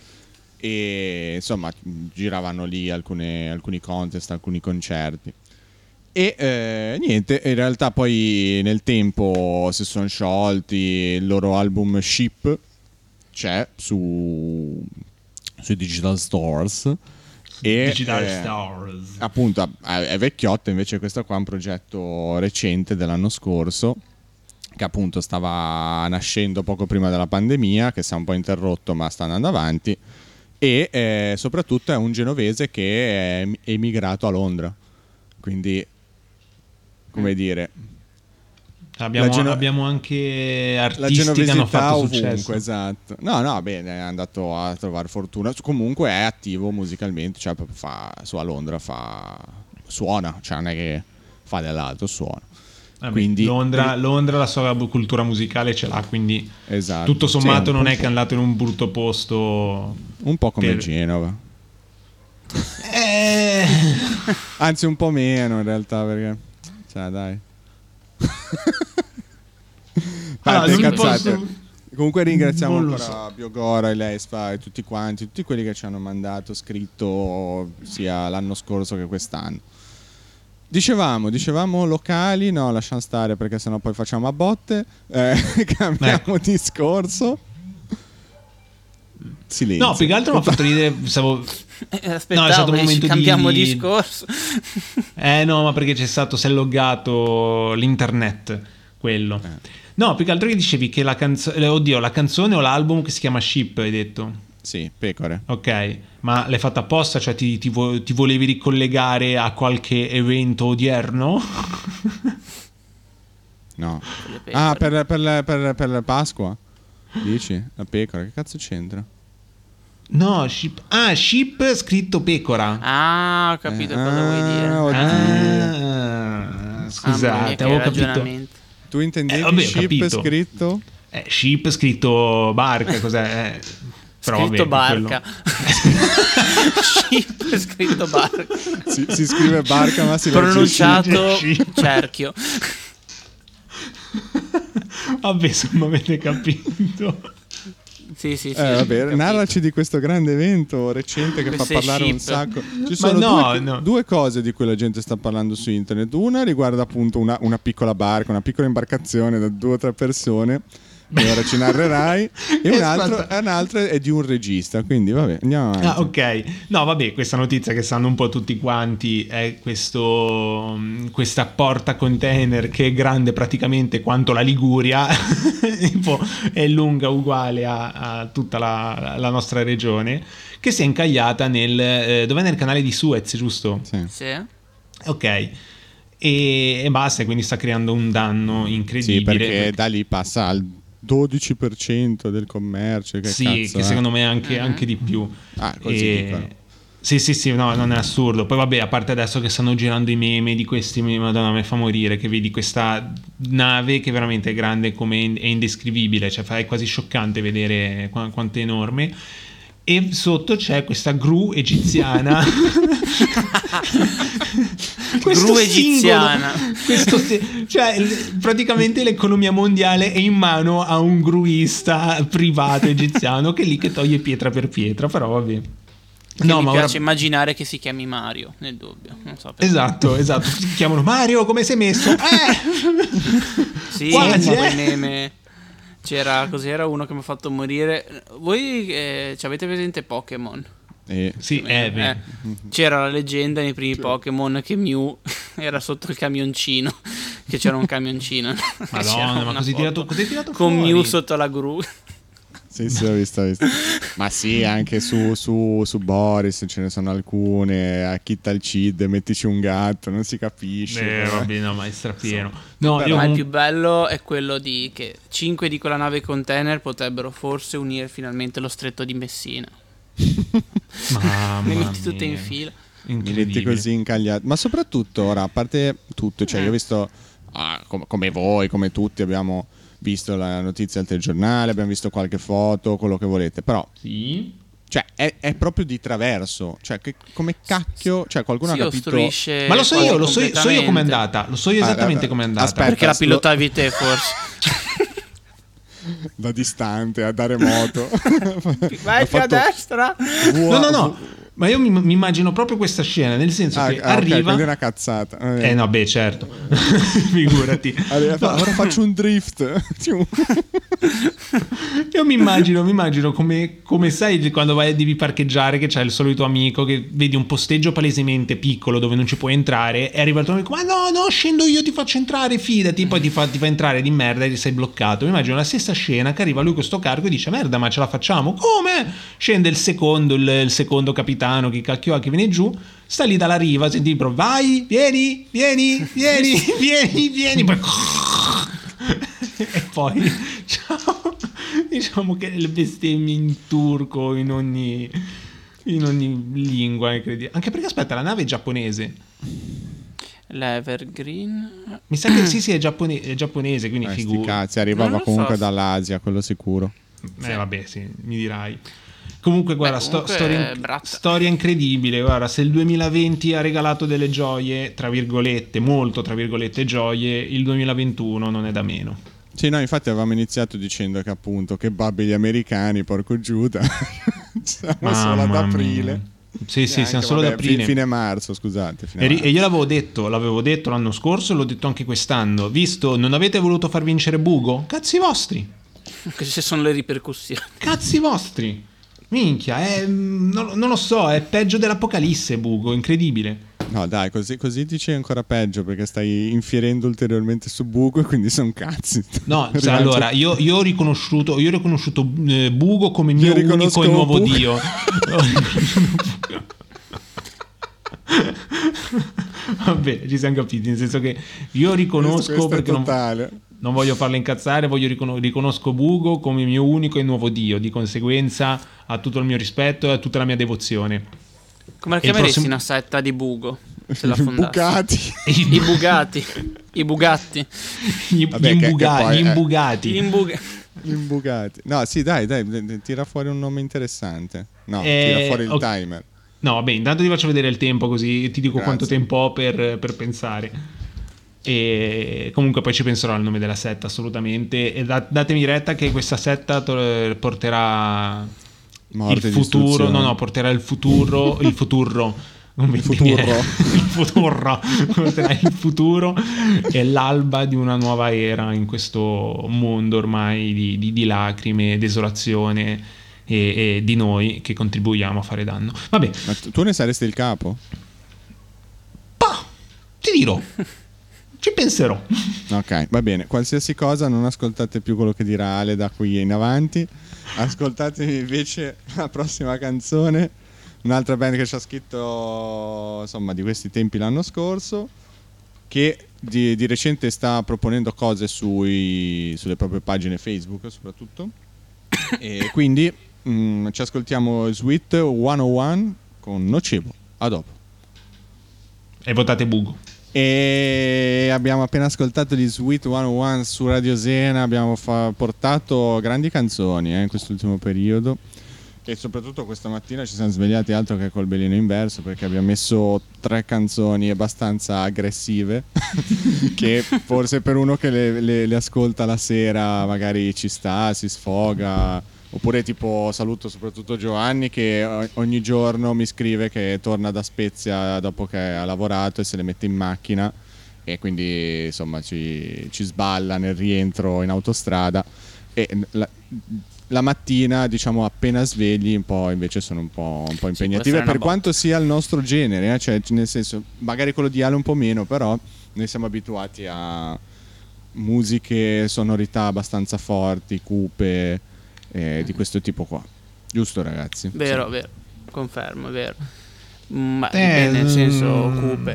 E insomma giravano lì alcune- alcuni contest, alcuni concerti. E eh, niente, in realtà poi nel tempo si sono sciolti, il loro album Ship c'è su sui digital stores e Digital eh, Stars. appunto è è vecchiotto, invece questo qua è un progetto recente dell'anno scorso che appunto stava nascendo poco prima della pandemia, che si è un po' interrotto ma sta andando avanti, e eh, soprattutto è un genovese che è emigrato a Londra, quindi come dire Abbiamo, la geno- abbiamo anche la artisti che hanno genovesità fatto ovunque, successo. esatto. No, no, bene, è andato a trovare fortuna. Comunque è attivo musicalmente, cioè proprio fa, su a Londra fa suona, cioè non è che fa dell'altro, suona. Vabbè, Quindi Londra, Londra la sua cultura musicale ce l'ha, quindi esatto. tutto sommato Sì, un non po'- è che è andato in un brutto posto. un po' come per- Genova. Eh, Anzi, un po' meno in realtà, perché cioè, dai. allora, Parte sul cazzate. posto- Comunque ringraziamo Non lo ancora Biogora e Lespa e tutti quanti, tutti quelli che ci hanno mandato scritto sia l'anno scorso che quest'anno. Dicevamo, dicevamo locali, no, lasciamo stare perché sennò poi facciamo a botte. Eh, cambiamo Ecco. discorso. Silenzio. No, più che altro mi ha fatto ridere. Stavo... Eh, No, Aspettavo, è stato un dici, momento cambiamo di- discorso. Eh no, ma perché c'è stato, si è loggato l'internet, quello. Eh. No, più che altro che dicevi che la canzone, oddio, la canzone o l'album che si chiama Ship, hai detto. Sì, pecore. Ok, ma l'hai fatta apposta? Cioè ti, ti vo- ti volevi ricollegare a qualche evento odierno? No. Le pecore. Ah, per, per, per, per Pasqua? Dici? La pecora, che cazzo c'entra? No, ship. Ah, ship scritto pecora. Ah, ho capito Eh, cosa vuoi dire. ah, oddio. Ah, scusate, avevo capito. Tu intendevi Eh, vabbè, ho ship capito. scritto? Eh, ship scritto barca, cos'è? Eh, però Scritto vabbè, barca. Ship scritto barca. Si, si scrive barca ma si legge Pronunciato ship. cerchio. Vabbè, insomma, avete capito. Sì, sì, sì. Eh, vabbè, ho capito. narraci di questo grande evento recente che Queste fa parlare ship. un sacco. Ci Ma sono no, due, no. due cose di cui la gente sta parlando su internet. Una riguarda appunto una, una piccola barca, una piccola imbarcazione da due o tre persone. E ora ci narrerai. E un altro, Aspetta. un altro è di un regista. Quindi vabbè, andiamo avanti. Ah, ok. No, vabbè, questa notizia che sanno un po' tutti quanti è questo, questa porta container che è grande praticamente quanto la Liguria, tipo, è lunga uguale a, a tutta la, la nostra regione, che si è incagliata nel... Eh, dov'è nel canale di Suez, giusto? Sì. Sì. Ok. E, e basta, quindi sta creando un danno incredibile. Sì, perché da lì passa al dodici per cento del commercio. Che Sì, cazzo che è? secondo me anche, Mhm. anche di più. Ah, così E- dicono. Sì, sì, sì, no, non è assurdo. Poi vabbè, a parte adesso che stanno girando i meme di questi, madonna, mi fa morire, che vedi questa nave che veramente è grande come è indescrivibile, cioè fa- è quasi scioccante vedere qua- quanto è enorme. E sotto c'è questa gru egiziana. Questo Gru singolo- egiziana. questo se- cioè il- praticamente l'economia mondiale è in mano a un gruista privato egiziano che è lì che toglie pietra per pietra, però vabbè. Che No, mi ma piace ora- immaginare che si chiami Mario, nel dubbio. Non so perché. Esatto, esatto. Si chiamano Mario, come sei messo? Eh! Sì, Quasi, ma eh. quei meme. C'era cos'era uno che mi ha fatto morire. Voi eh, ci avete presente Pokémon? E Sì, eh, beh. Eh, c'era la leggenda nei primi Pokémon che Mew era sotto il camioncino. Che c'era un camioncino. C'era Madonna, ma una così foto tirato, così tirato con fuori. Mew sotto la gru. Sì, sì, ho visto, ho visto. Ma sì, anche su, su, su Boris ce ne sono alcune. A Chitta il Cid, mettici un gatto, non si capisce. Eh, però. vabbè, no, ma è strapieno. No, Però- io Ma il comunque- più bello è quello di che cinque di quella nave container potrebbero forse unire finalmente lo stretto di Messina. Mamma Le metti tutte mia. in fila. Mi metti Incredibile. così incagliati. Ma soprattutto ora, a parte tutto, cioè io ho visto, ah, com- come voi, come tutti, abbiamo visto la notizia al telegiornale, abbiamo visto qualche foto, quello che volete, però Sì. cioè è, è proprio di traverso, cioè che, come cacchio, cioè qualcuno Si ha capito. ostruisce Ma lo so quasi io, lo so io, so io com'è completamente. andata. Lo so io esattamente Ah, com'è andata. aspetta. Perché la lo- pilotavi te forse. Da distante, a dare moto. Vai Ha più a fatto destra. vuo- No, no, no. Ma io mi, mi immagino proprio questa scena, nel senso Ah, che ah, ok, arriva. quindi è una cazzata. Eh no, beh, certo. Figurati. Allora, fa- ora faccio un drift. Io mi immagino, mi immagino come, come sai quando vai, devi parcheggiare, che c'è il solito amico che vedi un posteggio palesemente piccolo dove non ci puoi entrare e arriva il tuo amico, ma no, no, scendo io, ti faccio entrare, fidati, poi ti fa, ti fa entrare di merda e sei bloccato. Mi immagino la stessa scena che arriva lui con sto carico e dice, merda, ma ce la facciamo? Come? Scende il secondo, il, il secondo capitano, che cacchio ha, che viene giù, sta lì dalla riva, senti, proprio, vai, vieni, vieni, vieni, vieni, vieni, poi... e poi ciao, diciamo che le bestemmie in turco in ogni in ogni lingua, incredibile. Anche perché aspetta, la nave è giapponese, L'Evergreen. mi sa che sì sì è, giappone- è giapponese, quindi Eh, sti figura. cazzi, Non arrivava lo comunque so. dall'Asia, quello sicuro. Eh vabbè, sì, mi dirai. Comunque guarda, Beh, sto- comunque storia, è bratta. storia incredibile. Guarda, se il duemilaventi ha regalato delle gioie, tra virgolette, molto tra virgolette gioie, il duemilaventuno non è da meno. Sì, no, infatti avevamo iniziato dicendo che appunto che babbi gli americani, porco Giuda. Siamo solo ad Mamma aprile. mia. Sì, sì, Neanche, siamo solo vabbè, ad aprile. fi- Fine marzo, scusate. Fine E, ri- marzo. e io l'avevo detto, l'avevo detto l'anno scorso e l'ho detto anche quest'anno. Visto, non avete voluto far vincere Bugo? Cazzi vostri. Queste sono le ripercussioni. Cazzi vostri. Minchia, è, non, non lo so, è peggio dell'Apocalisse Bugo, incredibile. No, dai, così, così dici ancora peggio perché stai infierendo ulteriormente su Bugo e quindi sono cazzi. No, cioè, Rimangi- allora, io, io ho riconosciuto, io ho riconosciuto eh, Bugo come Io mio riconosco unico e nuovo Bugo. dio. Vabbè, ci siamo capiti, nel senso che io riconosco Questo è perché non... totale. non voglio farla incazzare, voglio riconos- riconosco Bugo come mio unico e nuovo dio, di conseguenza ha tutto il mio rispetto e ha tutta la mia devozione. Come la E il chiameresti prossimo- una setta di Bugo? Se la fondassi. Bucati. I Bugatti. I Bugatti. Gli, Vabbè, gli che- imbuga- che poi, gli eh, imbugati. Gli Imbuga- Imbucati. No, sì, dai, dai, d- d- tira fuori un nome interessante. No, Eh, tira fuori il ok. timer. No, vabbè, intanto ti faccio vedere il tempo così ti dico Grazie. quanto tempo ho per, per pensare. E comunque poi ci penserò al nome della setta assolutamente. E da- datemi retta che questa setta to- porterà Morte il di futuro. istruzione. No, no, porterà il futuro. Il futuro. Non mi Il futuro. viene- il futuro. Porterà il futuro e l'alba di una nuova era in questo mondo ormai di, di, di lacrime, desolazione e, e di noi che contribuiamo a fare danno. Vabbè, Ma tu tu ne saresti il capo? Pah, ti dirò, ci penserò. Ok, va bene. Qualsiasi cosa, non ascoltate più quello che dirà Ale da qui in avanti. Ascoltatevi invece la prossima canzone. Un'altra band che ci ha scritto, insomma, di questi tempi l'anno scorso, che di, di recente sta proponendo cose sui, sulle proprie pagine Facebook soprattutto. E quindi mm, ci ascoltiamo Sweet centouno con Nocebo. A dopo. E votate Bugo. E abbiamo appena ascoltato gli Sweet centouno su Radio Sena. Abbiamo fa- portato grandi canzoni eh, in quest'ultimo periodo. E soprattutto questa mattina ci siamo svegliati altro che col belino inverso, perché abbiamo messo tre canzoni abbastanza aggressive che forse per uno che le, le- le ascolta la sera magari ci sta, si sfoga. Oppure tipo saluto soprattutto Giovanni che o- ogni giorno mi scrive che torna da Spezia dopo che ha lavorato e se le mette in macchina e quindi insomma ci, ci sballa nel rientro in autostrada. E la, la mattina, diciamo, appena svegli, un po' invece sono un po', un po' impegnative, essere una per botta. quanto sia il nostro genere, eh, cioè nel senso, magari quello di Ale un po' meno, però noi siamo abituati a musiche, sonorità abbastanza forti, cupe, eh, di questo tipo qua. Giusto, ragazzi? Vero, Sì. vero. Confermo, è vero. Mm, Ma Eh, nel senso mm. cupe.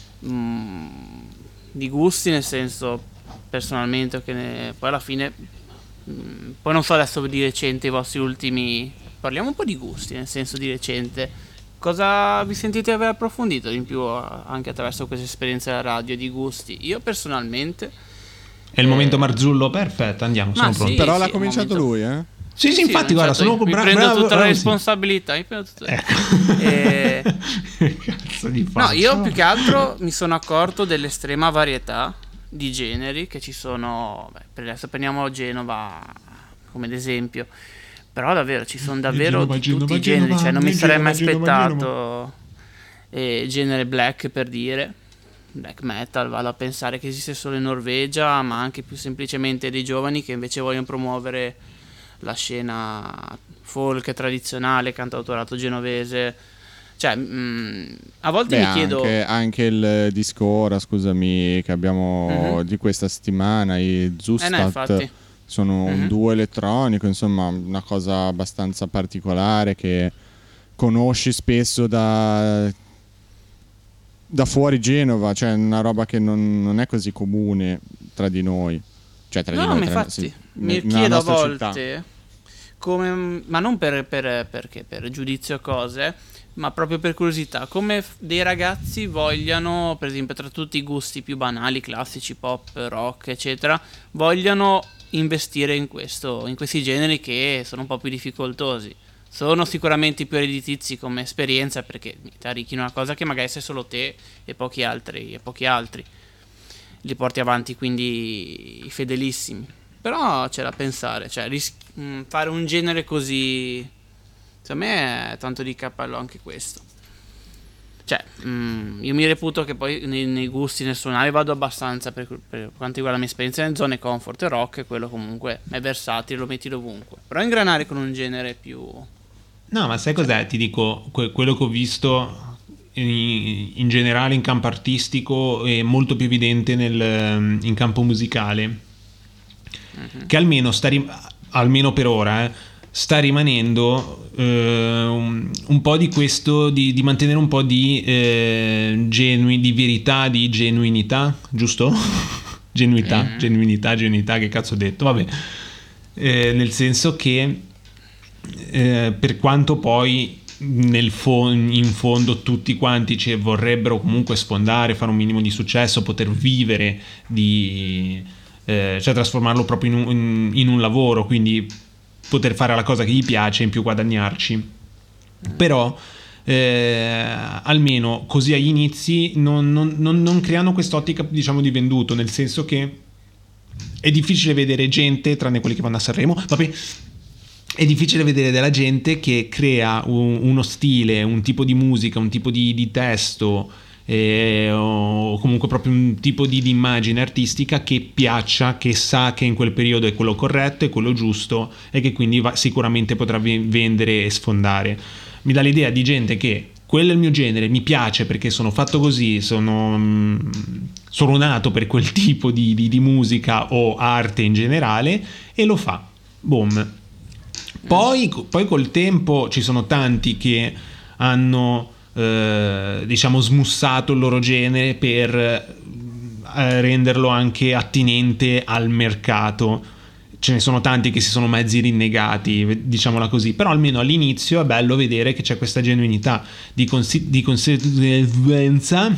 Mm, di gusti, nel senso, personalmente, che ne- poi alla fine... mm, poi non so adesso di recente i vostri ultimi... Parliamo un po' di gusti, nel senso di recente. Cosa vi sentite aver approfondito in più a- anche attraverso questa esperienza della radio di gusti? Io personalmente... È il Eh. momento Marzullo, perfetto, andiamo, sono Ma pronto. sì. Però l'ha è cominciato momento- lui, eh? Sì, sì, infatti, guarda, certo, sono mi bra- prendo bravo, tutta la bravo, sì. responsabilità, mi prendo tutta Ecco. Eh, Cazzo di No, faccia. io più che altro mi sono accorto dell'estrema varietà di generi che ci sono. Beh, per adesso prendiamo Genova come ad esempio, però davvero ci sono davvero Genova, di Genova, tutti i Genova, generi, cioè non mi Genova, sarei mai Genova, aspettato eh, genere black, per dire black metal, vado a pensare che esiste solo in Norvegia, ma anche più semplicemente dei giovani che invece vogliono promuovere la scena folk tradizionale, cantautorato genovese. Cioè, mh, a volte Beh, mi chiedo... anche, anche il disco ora, scusami, che abbiamo Mhm. di questa settimana, i Eh no, Zustat, infatti. sono un Mhm. duo elettronico, insomma, una cosa abbastanza particolare che conosci spesso da, da fuori Genova, cioè una roba che non, non è così comune tra di noi. Cioè, tra di No, noi, ma tra- infatti sì, mi nella chiedo a nostra volte città. come, ma non per, per, perché, per giudizio o cose, ma proprio per curiosità, come f- dei ragazzi vogliano, per esempio tra tutti i gusti più banali, classici, pop, rock, eccetera, vogliano investire in questo, in questi generi che sono un po' più difficoltosi. Sono sicuramente più redditizi come esperienza perché ti arricchino una cosa che magari sei solo te e pochi altri, e pochi altri. Li porti avanti quindi i fedelissimi. Però c'è da pensare, cioè ris- mh, fare un genere così, secondo me è tanto di cappello anche questo. Cioè, mh, io mi reputo che poi nei, nei gusti nel suonare vado abbastanza, per, per quanto riguarda la mia esperienza, nelle zone comfort e rock, quello comunque è versatile, lo metti dovunque. Però ingranare con un genere più... No, ma sai cos'è? Ti dico, que- quello che ho visto in, in generale in campo artistico è molto più evidente nel, in campo musicale, Mhm. che almeno sta rim- almeno per ora eh, sta rimanendo eh, un, un po' di questo, di, di mantenere un po' di eh, genui, di verità, di genuinità, giusto? genuinità, Mm. genuinità, genuinità, che cazzo ho detto? Vabbè, eh, nel senso che eh, per quanto poi nel fo- in fondo tutti quanti ci vorrebbero comunque sfondare, fare un minimo di successo, poter vivere di eh, cioè trasformarlo proprio in un, in, in un lavoro, quindi poter fare la cosa che gli piace e in più guadagnarci. Però eh, almeno così agli inizi non, non, non, non creano quest'ottica, diciamo, di venduto, nel senso che è difficile vedere gente, tranne quelli che vanno a Sanremo, vabbè, è difficile vedere della gente che crea un, uno stile, un tipo di musica, un tipo di, di testo, eh, o comunque proprio un tipo di, di immagine artistica che piaccia, che sa che in quel periodo è quello corretto, è quello giusto e che quindi va, sicuramente potrà vendere e sfondare. Mi dà l'idea di gente che quello è il mio genere, mi piace perché sono fatto così, sono, sono nato per quel tipo di, di, di musica o arte in generale, e lo fa. Boom. Poi, poi col tempo ci sono tanti che hanno eh, diciamo smussato il loro genere per eh, renderlo anche attinente al mercato. Ce ne sono tanti che si sono mezzi rinnegati, diciamola così, però almeno all'inizio è bello vedere che c'è questa genuinità di, consi- di conseguenza.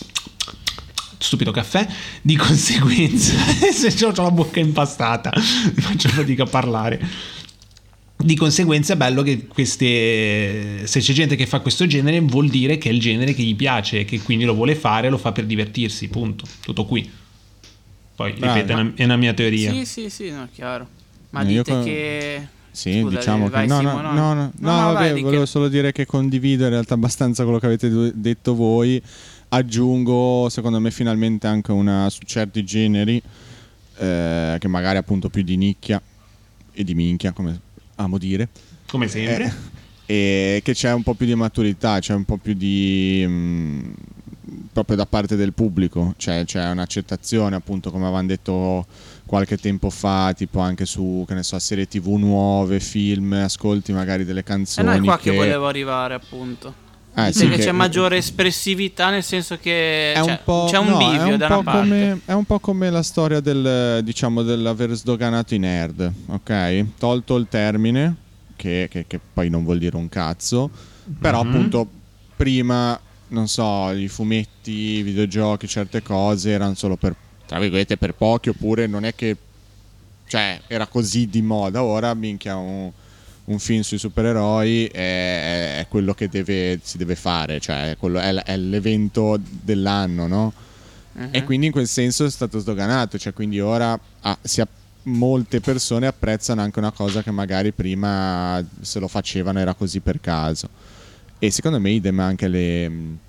Stupido caffè. Di conseguenza, se ho la bocca impastata, faccio fatica a parlare. Di conseguenza è bello che queste, se c'è gente che fa questo genere, vuol dire che è il genere che gli piace e che quindi lo vuole fare, lo fa per divertirsi, punto. Tutto qui. Poi, Bravo. ripeto, è una, è una mia teoria. Sì, sì, sì, no, chiaro. Ma No, dite io- che... Sì, Scusa, diciamo vai, che no, no, Simone. no, no, no, No, no, vabbè, vai, di volevo che- solo dire che condivido in realtà abbastanza quello che avete du- detto voi. Aggiungo, secondo me, finalmente anche una su certi generi eh, che magari appunto più di nicchia e di minchia, come amo dire. Come sempre. Eh, e che c'è un po' più di maturità, c'è un po' più di mh, proprio da parte del pubblico, cioè c'è un'accettazione, appunto, come avevamo detto qualche tempo fa, tipo anche su, che ne so, serie tv nuove, film, ascolti magari delle Eh canzoni no, è qua che... che volevo arrivare, appunto. Eh, Dite sì, che che- c'è maggiore espressività, nel senso che è cioè, un po', c'è un no, è bivio un da po' una parte. come, è un po' come la storia del, diciamo, dell'aver sdoganato i nerd, ok? Tolto il termine, che, che- che poi non vuol dire un cazzo, però Mhm. appunto prima, non so, i fumetti, i videogiochi, certe cose erano solo per, tra virgolette, per pochi, oppure non è che, cioè, era così di moda. Ora, minchia, un, un film sui supereroi è, è quello che deve, si deve fare, cioè quello è, l- è l'evento dell'anno, no? Mhm. E quindi in quel senso è stato sdoganato, cioè quindi ora ah, si app- molte persone apprezzano anche una cosa che magari prima, se lo facevano, era così per caso. E secondo me idem anche le,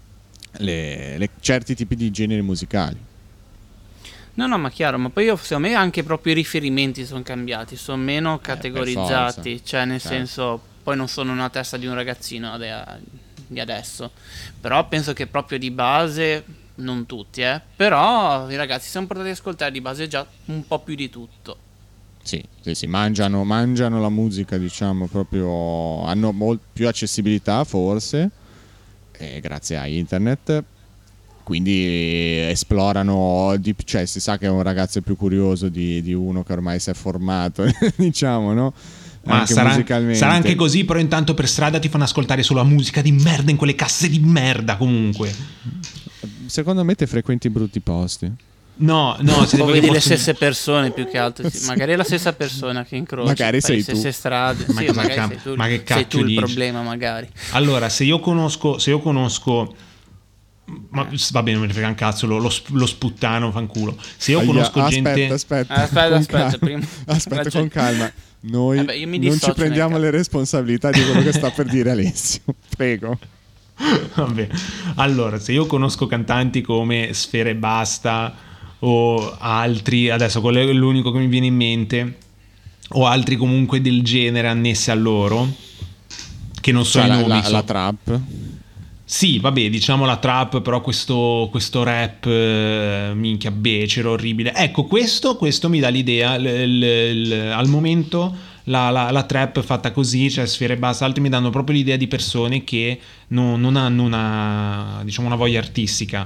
le- le- certi tipi di generi musicali. No, no, ma chiaro, ma poi io, secondo me anche proprio i riferimenti sono cambiati, sono meno per categorizzati, forza. cioè nel Certo. senso, poi non sono nella testa di un ragazzino ade- di adesso, però penso che proprio di base, non tutti, eh, però i ragazzi sono portati ad ascoltare di base già un po' più di tutto. Sì, sì, sì, mangiano, mangiano la musica, diciamo, proprio, hanno molt- più accessibilità forse, eh, grazie a internet, quindi esplorano, di- cioè si sa che un ragazzo è più curioso di, di uno che ormai si è formato, diciamo, no? Ma Anche sarà, musicalmente. sarà anche così, però intanto per strada ti fanno ascoltare solo la musica di merda in quelle casse di merda comunque. Secondo me te frequenti brutti posti. No, no, se O devo vedi le posso- stesse persone più che altro, sì, magari è la stessa persona che incrocia, Magari fai le sei tu. stesse strade, Ma sì, che- magari ma- sei tu, ma che sei cacchio tu il dici? problema magari. Allora, se io conosco, se io conosco, ma va bene, non me ne frega un cazzo, lo, lo, sp- lo sputtano, fanculo. Se io Aia, conosco aspetta, gente, aspetta, Aspetta, con aspetta, calma. prima- Aspetta, ragione. con calma. Noi Vabbè, io mi non dissocio ci prendiamo nel le responsabilità di quello che sta per dire Alessio. Prego. vabbè. Allora, se io conosco cantanti come Sfera Ebbasta o altri, adesso quello è l'unico che mi viene in mente, o altri comunque del genere annessi a loro, che non so Cioè, i la, nomi, la- so- la trap. Sì, vabbè, diciamo la trap, però questo, questo rap eh, minchia becero, orribile. Ecco, questo, questo mi dà l'idea, l- l- l- al momento la, la- la trap fatta così, cioè Sfere e Basta, altri mi danno proprio l'idea di persone che non, non hanno una, diciamo, una voglia artistica.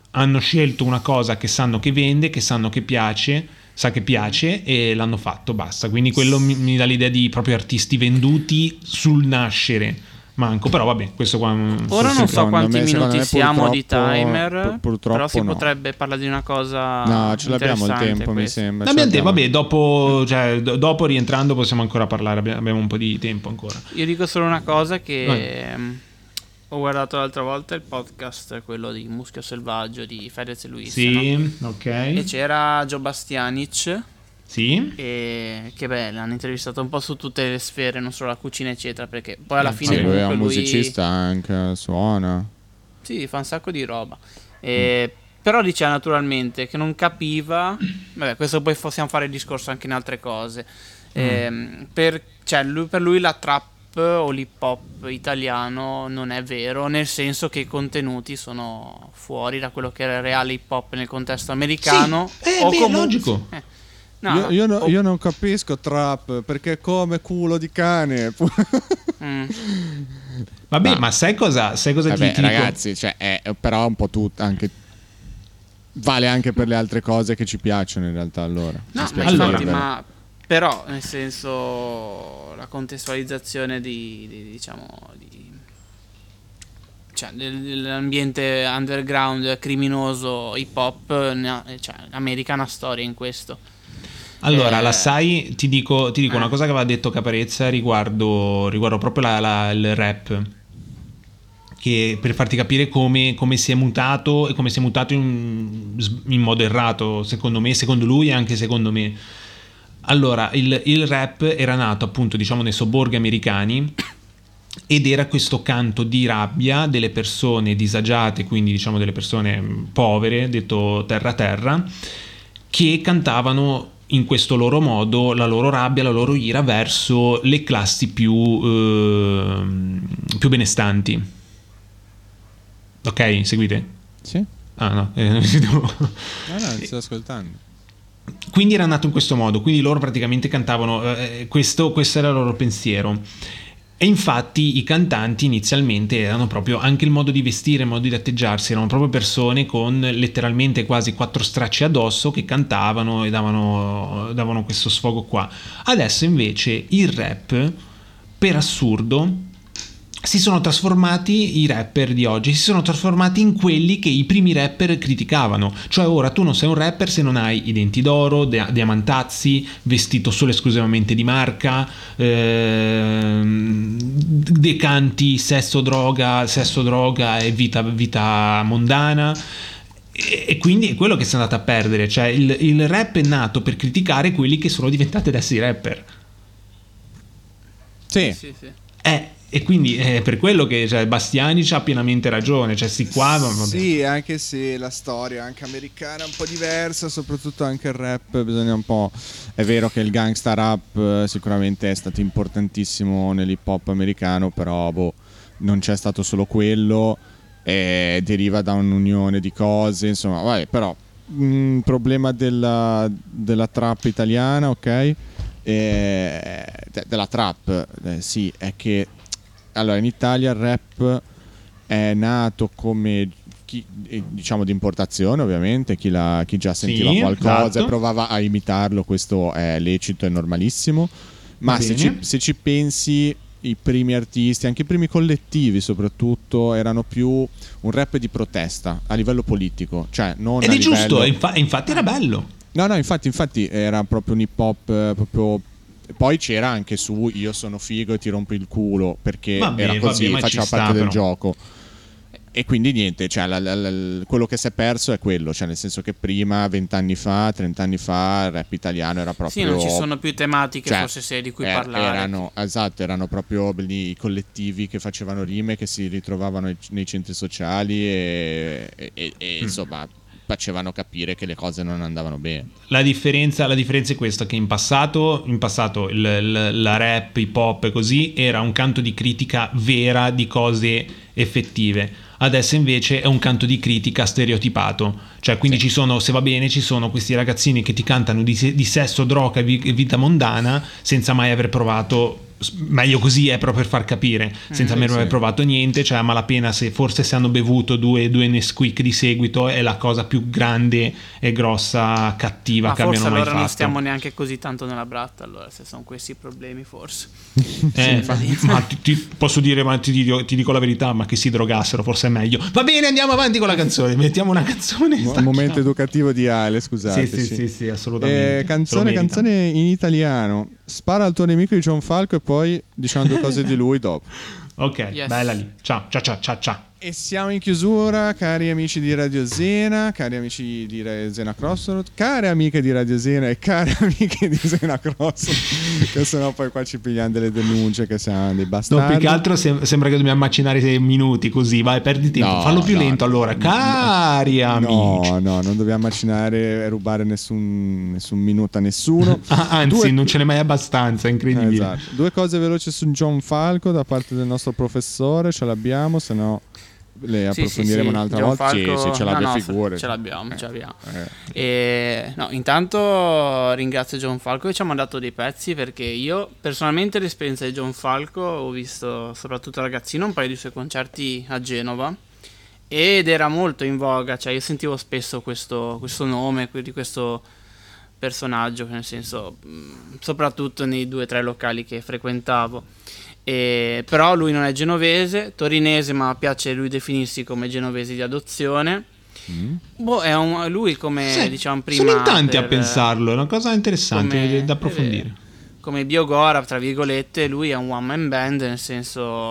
hanno scelto una cosa che sanno che vende, che sanno che piace, sa che piace e l'hanno fatto, basta. Quindi quello mi, mi dà l'idea di proprio artisti venduti sul nascere. Manco, però vabbè, questo qua ora non so quanti me, minuti siamo di timer, pur, però si no. potrebbe parlare di una cosa no, ce l'abbiamo il tempo, questo. mi sembra. L'abbiamo tempo, vabbè, dopo, cioè, do, dopo rientrando possiamo ancora parlare, abbiamo un po' di tempo ancora. Io dico solo una cosa che Vai. Ho guardato l'altra volta il podcast, quello di Muschio Selvaggio di Fedez e Luis, sì, no? ok, e c'era Joe Bastianic. Sì. E che bello, hanno intervistato un po' su tutte le sfere, non solo la cucina eccetera, perché poi alla Eh, fine sì, comunque lui è un lui musicista anche, suona. Sì, fa un sacco di roba. E... Mm. Però diceva naturalmente che non capiva, vabbè, questo poi possiamo fare il discorso anche in altre cose. Mm. E, per, cioè, lui, per lui la trap o l'hip hop italiano non è vero, nel senso che i contenuti sono fuori da quello che era il reale hip hop nel contesto americano. Sì, è o beh, comunque, logico. Eh, No, io, io, no, oh. io non capisco trap perché è come culo di cane. mm. Vabbè, no. ma sai cosa, sai cosa Vabbè, ti, ti ragazzi, dico? Cioè, è però un po' tutto anche. Vale anche per le altre cose che ci piacciono in realtà. Allora, no, ma, allora. infatti, ma però nel senso la contestualizzazione di, di diciamo di cioè dell'ambiente underground criminoso hip hop, cioè America ha una storia in questo. Allora, eh... la sai, ti dico, ti dico eh. una cosa che aveva detto Caparezza riguardo, riguardo proprio la, la, il rap, che per farti capire come, come si è mutato e come si è mutato in, in modo errato, secondo me, secondo lui e anche secondo me. Allora, il, il rap era nato appunto, diciamo, nei sobborghi americani ed era questo canto di rabbia delle persone disagiate, quindi diciamo delle persone povere, detto terra terra, che cantavano in questo loro modo la loro rabbia, la loro ira verso le classi più, eh, più benestanti. Ok, seguite? Sì. Ah no, eh, no, no, ti sto ascoltando. Quindi era nato in questo modo, quindi loro praticamente cantavano, eh, questo, questo era il loro pensiero. E infatti i cantanti inizialmente erano proprio, anche il modo di vestire, il modo di atteggiarsi, erano proprio persone con letteralmente quasi quattro stracci addosso che cantavano e davano, davano questo sfogo qua. Adesso invece il rap, per assurdo, si sono trasformati, i rapper di oggi si sono trasformati in quelli che i primi rapper criticavano. Cioè ora tu non sei un rapper se non hai i denti d'oro, dia- diamantazzi, vestito solo esclusivamente di marca, ehm, decanti sesso droga, sesso droga e vita, vita mondana. E, e quindi è quello che si è andato a perdere. Cioè il, il rap è nato per criticare quelli che sono diventati adesso i rapper. Sì, sì, sì. Eh E quindi è per quello che cioè, Bastiani c'ha pienamente ragione, cioè sti qua vabbè. Sì, anche se la storia anche americana è un po' diversa, soprattutto anche il rap bisogna un po'. È vero che il gangsta rap sicuramente è stato importantissimo nell'hip hop americano, però boh, non c'è stato solo quello, e deriva da un'unione di cose, insomma, vabbè, però un problema della, della trap italiana, ok? E, de, della trap, eh, sì, è che allora in Italia il rap è nato come chi, diciamo di importazione, ovviamente chi, la, chi già sentiva sì, qualcosa esatto. e provava a imitarlo, questo è lecito e normalissimo, ma se ci, se ci pensi i primi artisti, anche i primi collettivi soprattutto, erano più un rap di protesta a livello politico, cioè non ed a è livello... giusto, infa- infatti era bello. No, no, infatti, infatti era proprio un hip hop eh, proprio. Poi c'era anche su io sono figo e ti rompo il culo, perché vabbè, era così, vabbè, faceva sta, parte però. del gioco. E quindi niente, cioè, la, la, la, quello che si è perso è quello, cioè nel senso che prima, vent'anni fa, trent'anni fa, il rap italiano era proprio... Sì, non ci sono più tematiche, cioè, forse se di cui er, parlare. Erano, esatto, erano proprio i collettivi che facevano rime, che si ritrovavano nei centri sociali e, e, e, e mm. insomma... facevano capire che le cose non andavano bene. La differenza, la differenza è questa, che in passato, in passato il, il, la rap, hip hop e così era un canto di critica vera di cose effettive. Adesso invece è un canto di critica stereotipato. Cioè quindi sì. Ci sono, se va bene, ci sono questi ragazzini che ti cantano di, di sesso, droga e vita mondana senza mai aver provato meglio così, è proprio per far capire, senza mm, aver sì. provato niente, cioè a malapena, se forse se hanno bevuto due, due Nesquik di seguito è la cosa più grande e grossa cattiva Ma che forse abbiano mai allora fatto. non stiamo neanche così tanto nella bratta, allora, se sono questi i problemi forse. Eh, ma, ma ti, ti posso dire, ma ti, ti, ti dico la verità, ma che si drogassero forse è meglio. Va bene, andiamo avanti con la canzone, mettiamo una canzone. Un momento educativo di Ale, scusate. Sì, sì, sì, sì, assolutamente. Eh, canzone, canzone in italiano. Spara al tuo nemico di John Falco e poi diciamo due cose di lui dopo. Ok, Yes. bella lì. Ciao, ciao, ciao, ciao, ciao. E siamo in chiusura, cari amici di Radio Zena, cari amici di Re- Zena Crossroad, care amiche di Radio Zena e care amiche di Zena Crossroad, che sennò poi qua ci pigliamo delle denunce che siamo dei bastardi. No, più che altro sem- sembra che dobbiamo macinare sei minuti così, vai, perdi tempo, No, fallo più no, lento no, allora, no, cari amici. No, no, non dobbiamo macinare e rubare nessun, nessun minuto a nessuno. Ah, anzi, Due- non ce n'è mai abbastanza, è incredibile. Esatto. Due cose veloci su John Falco da parte del nostro professore, ce l'abbiamo, se no le Sì, approfondiremo sì, sì. un'altra volta. Gianfalco- Sì, sì, ce no, l'abbia, no, figure. ce l'abbiamo, ce l'abbiamo. Eh. E, no, intanto ringrazio John Falco che ci ha mandato dei pezzi, perché io personalmente l'esperienza di John Falco ho visto soprattutto ragazzino un paio di suoi concerti a Genova ed era molto in voga, cioè io sentivo spesso questo, questo nome di questo personaggio, nel senso mh, soprattutto nei due o tre locali che frequentavo. E, però lui non è genovese, torinese, ma piace lui definirsi come genovese di adozione. Mm. Boh, è un, lui come Sì, diciamo prima sono in tanti a per- pensarlo, è una cosa interessante come- da approfondire. come Biogora, tra virgolette, lui è un one man band, nel senso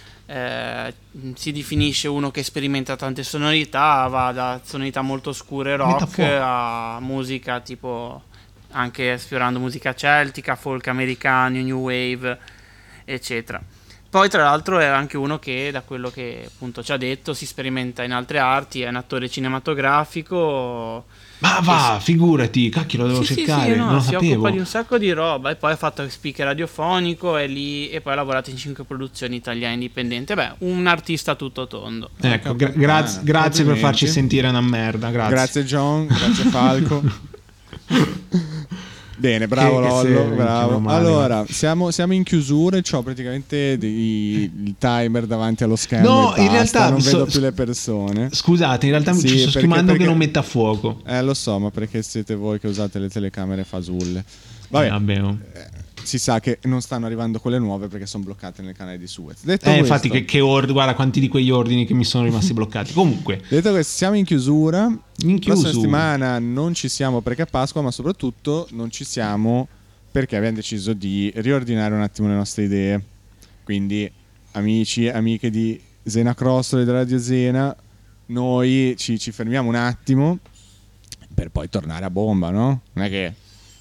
eh, si definisce uno che sperimenta tante sonorità, va da sonorità molto scure rock Metafuoco. a musica tipo anche esplorando musica celtica, folk americano, new wave, eccetera. Poi tra l'altro è anche uno che, da quello che appunto ci ha detto, si sperimenta in altre arti, è un attore cinematografico. Ma va, figurati, cacchio, lo devo Sì, sì, cercare, sì, no, non lo si sapevo. occupa di un sacco di roba e poi ha fatto speaker radiofonico e, lì, e poi ha lavorato in cinque produzioni italiane indipendenti. Beh, un artista tutto tondo. Ecco, gra- grazie, Ah, grazie per complimenti. farci sentire una merda, grazie. Grazie John, grazie Falco. Bene, bravo Che- che Lollo, sei, bravo. meno male, Allora, siamo, siamo in chiusura e ho praticamente dei- il timer davanti allo schermo. No, e in basta, realtà non so- vedo più le persone. Scusate, in realtà Sì, ci sto perché- schiumando perché- che non metta a fuoco. Eh, lo so, ma perché siete voi che usate le telecamere fasulle. Vabbè, Eh, vabbè, oh. eh, si sa che non stanno arrivando quelle nuove perché sono bloccate nel canale di Suez. Detto Eh, questo, infatti, che, che ordini, guarda quanti di quegli ordini che mi sono rimasti bloccati. Comunque, detto questo, siamo in chiusura. in La prossima chiusura. settimana non ci siamo perché è Pasqua, ma soprattutto non ci siamo perché abbiamo deciso di riordinare un attimo le nostre idee. Quindi, amici e amiche di Zena Crossroad e della Radio Zena, noi ci, ci fermiamo un attimo per poi tornare a bomba, no? Non è che...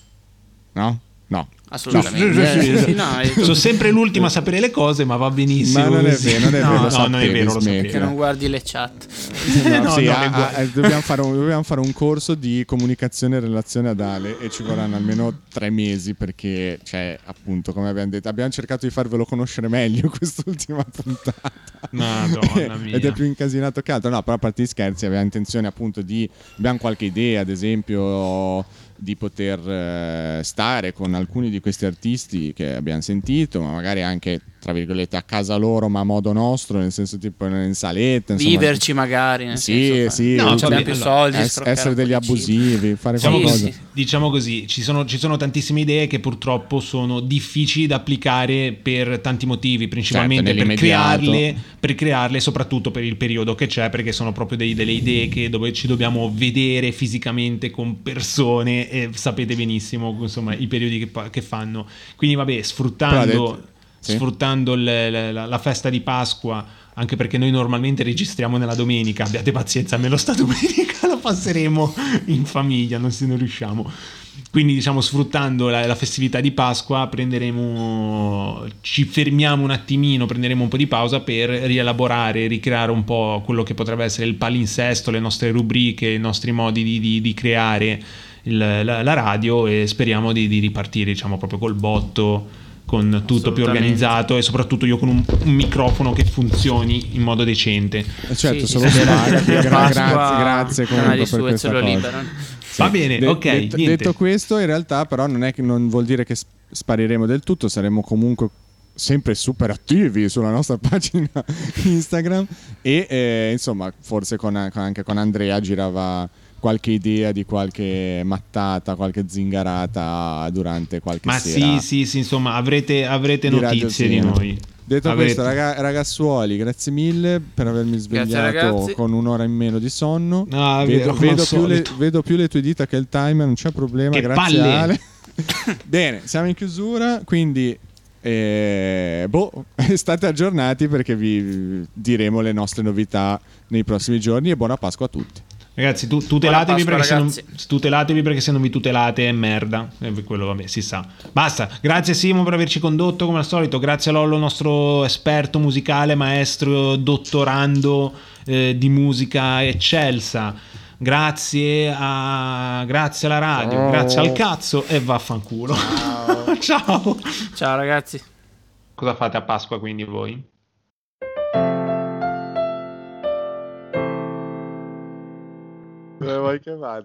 No? No. Assolutamente. Sì, sì, sì, sì. no, è tutto- Sono sempre l'ultimo a sapere le cose, ma va benissimo. Ma non è così. vero, non è no, vero, lo no, non è sapevi, vero, lo smetti. sapevo. che non guardi le chat. No, No, sì, no, ah, le guardo. ah, dobbiamo, fare un, dobbiamo fare un corso di comunicazione e relazione ad Ale e ci vorranno almeno tre mesi perché, cioè, appunto, come abbiamo detto, abbiamo cercato di farvelo conoscere meglio in quest'ultima puntata. Madonna mia. Ed è più incasinato che altro. No, però a parte gli scherzi, avevamo intenzione appunto di... Abbiamo qualche idea, ad esempio, di poter eh, stare con alcuni di questi artisti che abbiamo sentito, ma magari anche, tra virgolette, a casa loro, ma a modo nostro, nel senso tipo in saletta. Insomma. Viverci magari. Nel Sì, senso, sì. non No, abbiamo vabbè, più allora, soldi. Es- scroccare essere un po' degli di cibo. abusivi, fare Diciamo Sì, qualcosa. sì. Diciamo così, ci sono, ci sono tantissime idee che purtroppo sono difficili da applicare per tanti motivi, principalmente Certo, per nell'immediato. crearle, per crearle soprattutto per il periodo che c'è, perché sono proprio dei- delle idee che dove ci dobbiamo vedere fisicamente con persone e sapete benissimo insomma i periodi che, pa- che fanno. Quindi vabbè, Però ha sfruttando, detto- sì. sfruttando le- le- la, la festa di Pasqua, anche perché noi normalmente registriamo nella domenica, abbiate pazienza, almeno sta domenica la passeremo in famiglia, non se ne riusciamo. Quindi diciamo sfruttando la, la festività di Pasqua prenderemo, ci fermiamo un attimino, prenderemo un po' di pausa per rielaborare, ricreare un po' quello che potrebbe essere il palinsesto, le nostre rubriche, i nostri modi di, di, di creare il- la, la radio e speriamo di, di ripartire diciamo proprio col botto, con tutto più Assolutamente. organizzato e soprattutto io con un, un microfono che funzioni in modo decente. Eh, Certo, Sì, solo sì, Spagna, sì, gra- a Pasqua, grazie, grazie canali comunque per Suez questa lo cosa. liberano. Va bene, De- ok, detto, niente. detto questo, in realtà però non è che non vuol dire che sp- spariremo del tutto, saremo comunque sempre super attivi sulla nostra pagina Instagram e eh, insomma forse con, con, anche con Andrea girava qualche idea di qualche mattata, qualche zingarata durante qualche Ma sera. sì, sì, sì, insomma avrete, avrete di notizie di noi. Detto avrete. questo, raga, ragazzuoli, grazie mille per avermi svegliato con un'ora in meno di sonno. No, vedo, vero, vedo, più le, vedo più le tue dita che il timer, non c'è problema, che grazie palle. Ale. Bene, siamo in chiusura, quindi eh, boh, state aggiornati perché vi diremo le nostre novità nei prossimi giorni e buona Pasqua a tutti. Ragazzi, tu, tutelatevi, Pasqua, perché se non, ragazzi. tutelatevi perché se non vi tutelate è merda. E quello vabbè, si sa. Basta. Grazie Simo per averci condotto come al solito. Grazie a Lollo, nostro esperto musicale, maestro, dottorando eh, di musica eccelsa. Grazie a grazie alla radio, Ciao. Grazie al cazzo e vaffanculo. Ciao. Ciao. Ciao ragazzi. Cosa fate a Pasqua quindi voi? Dove vuoi che vada?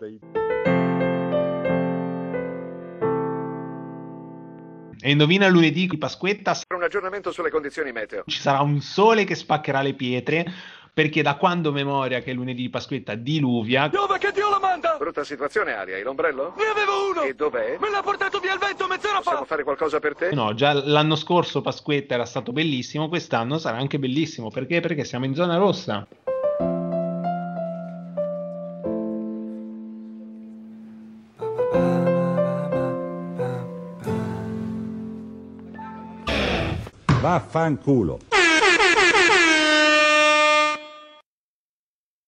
E indovina lunedì qui Pasquetta Un aggiornamento sulle condizioni meteo. ci sarà un sole che spaccherà le pietre, perché da quando memoria che lunedì di Pasquetta diluvia. Dove che Dio la manda? Brutta situazione, Aria. Hai l'ombrello? Ne avevo uno! E dov'è? Me l'ha portato via il vento mezz'ora Possiamo fa! fare qualcosa per te? No, già l'anno scorso Pasquetta era stato bellissimo, quest'anno sarà anche bellissimo. Perché? Perché siamo in zona rossa. Vaffanculo.